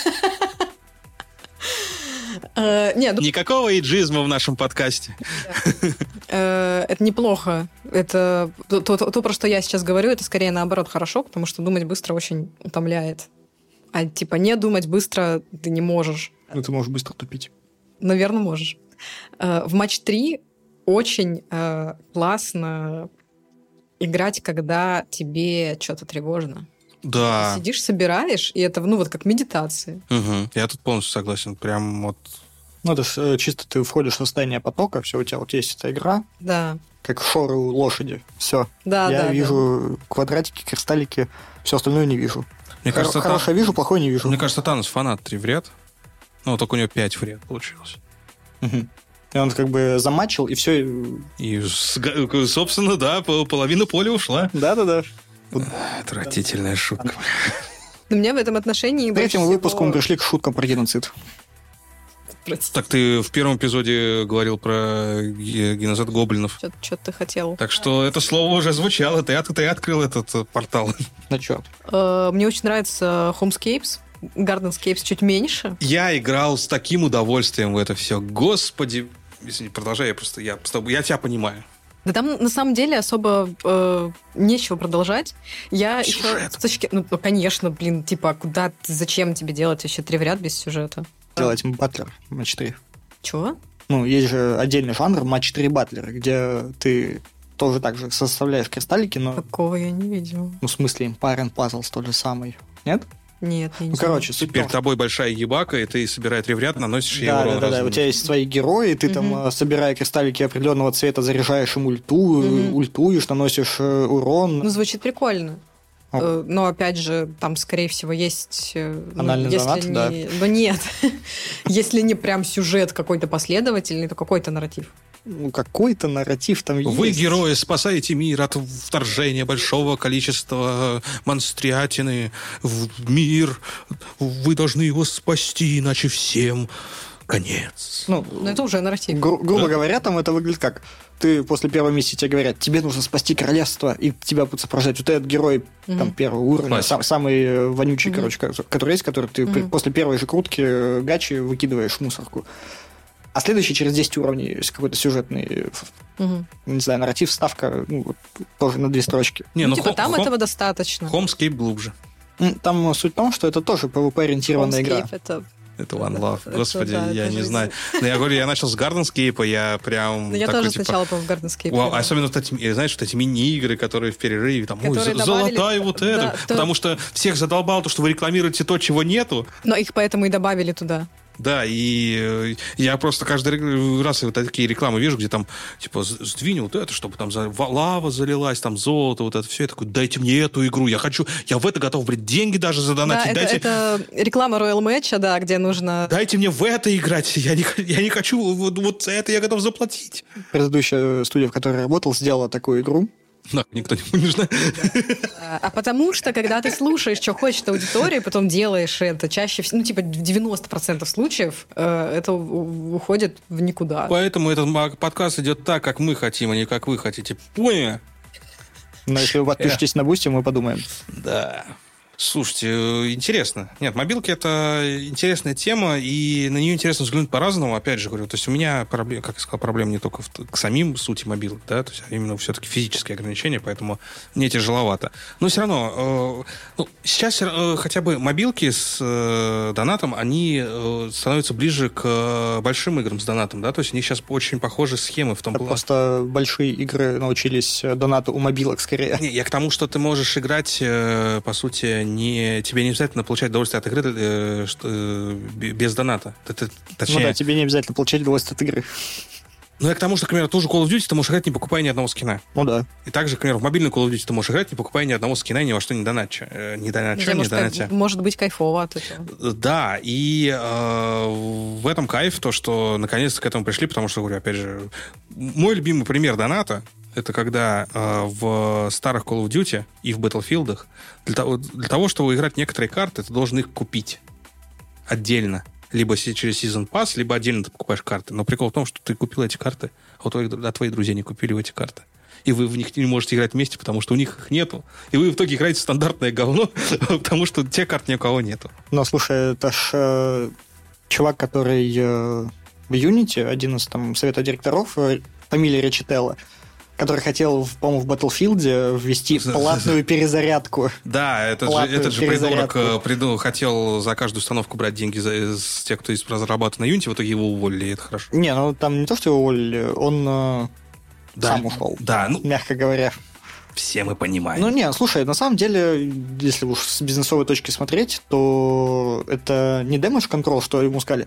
Никакого эйджизма в нашем подкасте. Это неплохо. Это то, про что я сейчас говорю, это скорее наоборот хорошо, потому что думать быстро очень утомляет. А не думать быстро ты не можешь. Ну, ты можешь быстро тупить. Наверное, можешь. В матч 3 очень классно играть, когда тебе что-то тревожно. Да. Ты сидишь, собираешь, и это, как медитация. Угу. Я тут полностью согласен. Прям вот... Ну, это ж чисто ты входишь в состояние потока, все, у тебя вот есть эта игра. Да. Как шоры у лошади. Все. Да, я вижу квадратики, кристаллики, все остальное не вижу. Мне кажется, хорошее вижу, плохое не вижу. Мне кажется, Танос фанат 3 в ряд. Ну, только у него 5 в ряд получилось. Угу. И он замачил, и все. И, собственно, да, половина поля ушла. Да-да-да. Отвратительная шутка. Но мне в этом отношении... В третьем выпуску мы пришли к шуткам про геноцид. Так ты в первом эпизоде говорил про геноцид гоблинов. Что-то ты хотел. Так что это слово уже звучало. Ты открыл этот портал. На черт. Мне очень нравится Homescapes. Gardenscapes чуть меньше. Я играл с таким удовольствием в это все. Господи. Извини, продолжай. Я тебя понимаю. Да там на самом деле особо нечего продолжать. Я Сюжет. еще... конечно, зачем тебе делать вообще 3 в ряд без сюжета? Делать батлер матч 3. Чего? Ну, есть же отдельный жанр матч 3 батлера, где ты тоже так же составляешь кристаллики, но... Такого я не видела. Ну, в смысле, Empire and Puzzles тот же самый. Нет? Нет, не короче, перед тобой большая ебака, и ты, собирая 3 в ряд, наносишь ей урон. Да, у тебя есть свои герои, ты там, собирая кристаллики определенного цвета, заряжаешь им ульту, ультуешь, наносишь урон. Ну, звучит прикольно. Но, опять же, там, скорее всего, есть... Анальный донат, да. Но нет. Если не прям сюжет какой-то последовательный, то какой-то нарратив. Ну, какой-то нарратив там есть. Вы, герои, спасаете мир от вторжения большого количества монстриатины в мир. Вы должны его спасти, иначе всем конец. Ну это уже нарратив. Грубо говоря, там это выглядит как... Ты после первой миссии тебе говорят, тебе нужно спасти королевство, и тебя будут сопровождать вот этот герой там первого уровня, самый вонючий, короче, который есть, который ты после первой же крутки гачи выкидываешь в мусорку. А следующий через 10 уровней есть какой-то сюжетный, не знаю, нарратив, ставка, тоже на 2 строчки. Там этого достаточно. Homescape глубже. Там суть в том, что это тоже PvP-ориентированная игра. Это One Love. Господи, я не знаю. Но я говорю, я начал с Gardenscape, я прям... Но я тоже сначала в Gardenscape. Вау, особенно, знаешь, вот эти мини-игры, которые в перерыве, там, золотая вот это. Потому что всех задолбало то, что вы рекламируете то, чего нету. Но их поэтому и добавили туда. Да, и я просто каждый раз вот такие рекламы вижу, где там, типа, сдвинь вот это, чтобы там лава залилась, там золото, вот это все. Я такой, дайте мне эту игру, я в это готов, блядь, деньги даже задонатить. Да, это реклама Royal Match, да, где нужно... Дайте мне в это играть, я не хочу, вот за это я готов заплатить. Предыдущая студия, в которой я работал, сделала такую игру. Никто не нужен. А потому что, когда ты слушаешь, что хочет аудитория, потом делаешь это, чаще всего, в 90% случаев это уходит в никуда. Поэтому этот подкаст идет так, как мы хотим, а не как вы хотите. Поняли? Но если вы подпишетесь на Бусти, мы подумаем. Да. Слушайте, интересно. Нет, мобилки — это интересная тема, и на нее интересно взглянуть по-разному. Опять же говорю, то есть у меня, как я сказал, проблема не только к самим сути мобилок, да, то есть именно все-таки физические ограничения, поэтому мне тяжеловато. Но все равно, сейчас хотя бы мобилки с донатом, они становятся ближе к большим играм с донатом, да, то есть у них сейчас очень похожи схемы в том плане. Просто большие игры научились донату у мобилок скорее. Не, я к тому, что ты можешь играть, по сути, тебе не обязательно получать удовольствие от игры без доната. Точнее... Ну да, тебе не обязательно получать удовольствие от игры. Ну, я к тому, что, к примеру, ту же Call of Duty ты можешь играть, не покупая ни одного скина. Ну да. И также, к примеру, в мобильную Call of Duty ты можешь играть, не покупая ни одного скина, ни во что не донатя. Может быть кайфово от этого. Да, и в этом кайф, то, что наконец-то к этому пришли, потому что, говорю, опять же, мой любимый пример доната — это когда в старых Call of Duty и в Battlefield для того, чтобы играть некоторые карты, ты должен их купить отдельно. Либо через Season Pass, либо отдельно ты покупаешь карты. Но прикол в том, что ты купил эти карты, а твои друзья не купили эти карты. И вы в них не можете играть вместе, потому что у них их нету. И вы в итоге играете в стандартное говно, потому что те карт ни у кого нету. Ну, слушай, это ж чувак, который в Unity, один из там совета директоров, фамилия Речителла, который хотел, по-моему, в Battlefield ввести платную перезарядку. Да, этот же придурок хотел за каждую установку брать деньги с тех, кто разрабатывает на Unity, в итоге его уволили, это хорошо. Не, ну там не то, что его уволили, он сам ушел, мягко говоря. Все мы понимаем. Ну, не, слушай, на самом деле, если уж с бизнесовой точки смотреть, то это не damage control, что ему сказали...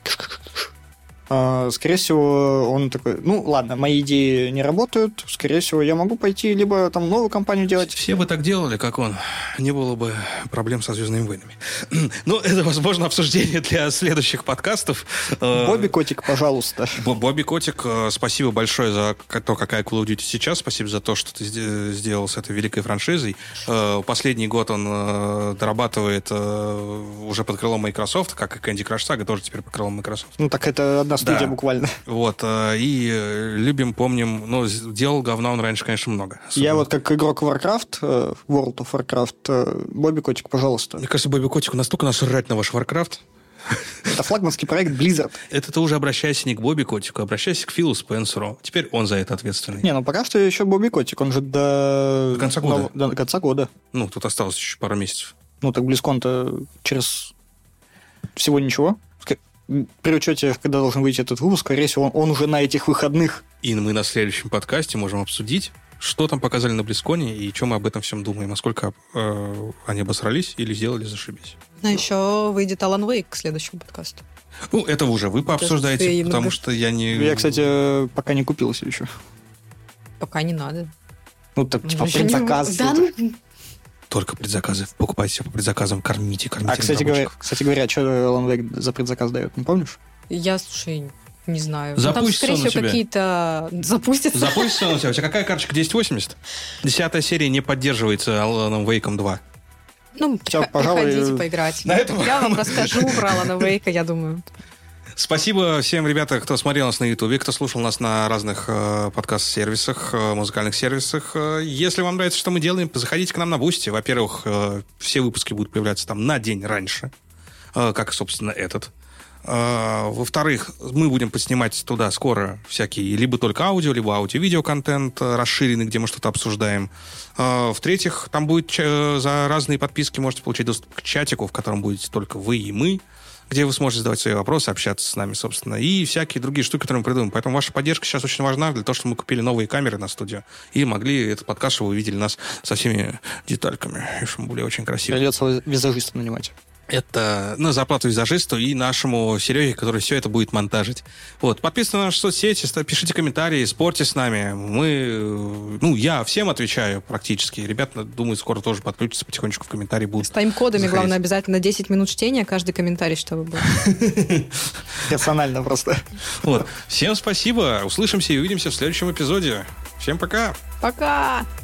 Скорее всего, он такой, ну, ладно, мои идеи не работают, скорее всего, я могу пойти либо там новую компанию делать. Все бы так делали, как он. Не было бы проблем со «Звездными войнами». Ну, это, возможно, обсуждение для следующих подкастов. Бобби Котик, пожалуйста. Бобби Котик, спасибо большое за то, какая Call of Duty сейчас. Спасибо за то, что ты сделал с этой великой франшизой. Последний год он дорабатывает уже под крылом Microsoft, как и Candy Crush Saga тоже теперь под крылом Microsoft. Ну, так это одна студия буквально. Вот, и любим, помним, делал говна он раньше, конечно, много. Особенно. Я вот как игрок Warcraft, World of Warcraft, Бобби Котик, пожалуйста. Мне кажется, Бобби Котику настолько насрать на ваш Warcraft. Это флагманский проект Blizzard. Это ты уже обращайся не к Бобби Котику, обращайся к Филу Спенсеру. Теперь он за это ответственный. Не, пока что еще Бобби Котик, он же до конца года. До конца года. Ну, тут осталось еще пару месяцев. Ну, так BlizzCon-то через всего ничего. При учете, когда должен выйти этот выпуск, скорее всего, он уже на этих выходных. И мы на следующем подкасте можем обсудить, Что там показали на BlizzCon и что мы об этом всем думаем? Насколько они обосрались или сделали зашибись? А еще выйдет Alan Wake к следующему подкасту. Ну, это уже вы пообсуждаете, потому что я не... Я, кстати, пока не купил себе еще. Пока не надо. Ну, так, типа, предзаказ. Да, Только предзаказы. Покупайте все по предзаказам, кормите кстати говоря, что Alan Wake за предзаказ дает, не помнишь? Я, слушай, не знаю. Запустится там, скорее всего, тебя. какие-то... Запустится. Запустится он у тебя. У тебя какая карточка? 1080? 10-я серия не поддерживается Alan Wake 2. Ну, приходите поиграть. Я вам расскажу про Alan Wake, я думаю. Спасибо всем, ребята, кто смотрел нас на Ютубе, кто слушал нас на разных подкаст-сервисах, музыкальных сервисах. Если вам нравится, что мы делаем, заходите к нам на Бусти. Во-первых, все выпуски будут появляться там на день раньше, как, собственно, этот. Во-вторых, мы будем подснимать туда скоро всякие либо только аудио, либо аудио-видео-контент расширенный, где мы что-то обсуждаем. В-третьих, там будет за разные подписки можете получить доступ к чатику, в котором будете только вы и мы, где вы сможете задавать свои вопросы, общаться с нами, собственно, и всякие другие штуки, которые мы придумаем. Поэтому ваша поддержка сейчас очень важна для того, чтобы мы купили новые камеры на студию и могли этот подкаст, чтобы вы увидели нас со всеми детальками, и чтобы мы были очень красивы. Придется визажиста нанимать. Это на зарплату визажисту и нашему Сереге, который все это будет монтажить. Вот. Подписывайтесь на наши соцсети, пишите комментарии, спорьте с нами. Я всем отвечаю практически. Ребята, думаю, скоро тоже подключатся потихонечку в комментарии будут. С тайм-кодами, заходить. Главное, обязательно 10 минут чтения, каждый комментарий, чтобы был. Персонально просто. Вот. Всем спасибо. Услышимся и увидимся в следующем эпизоде. Всем пока. Пока!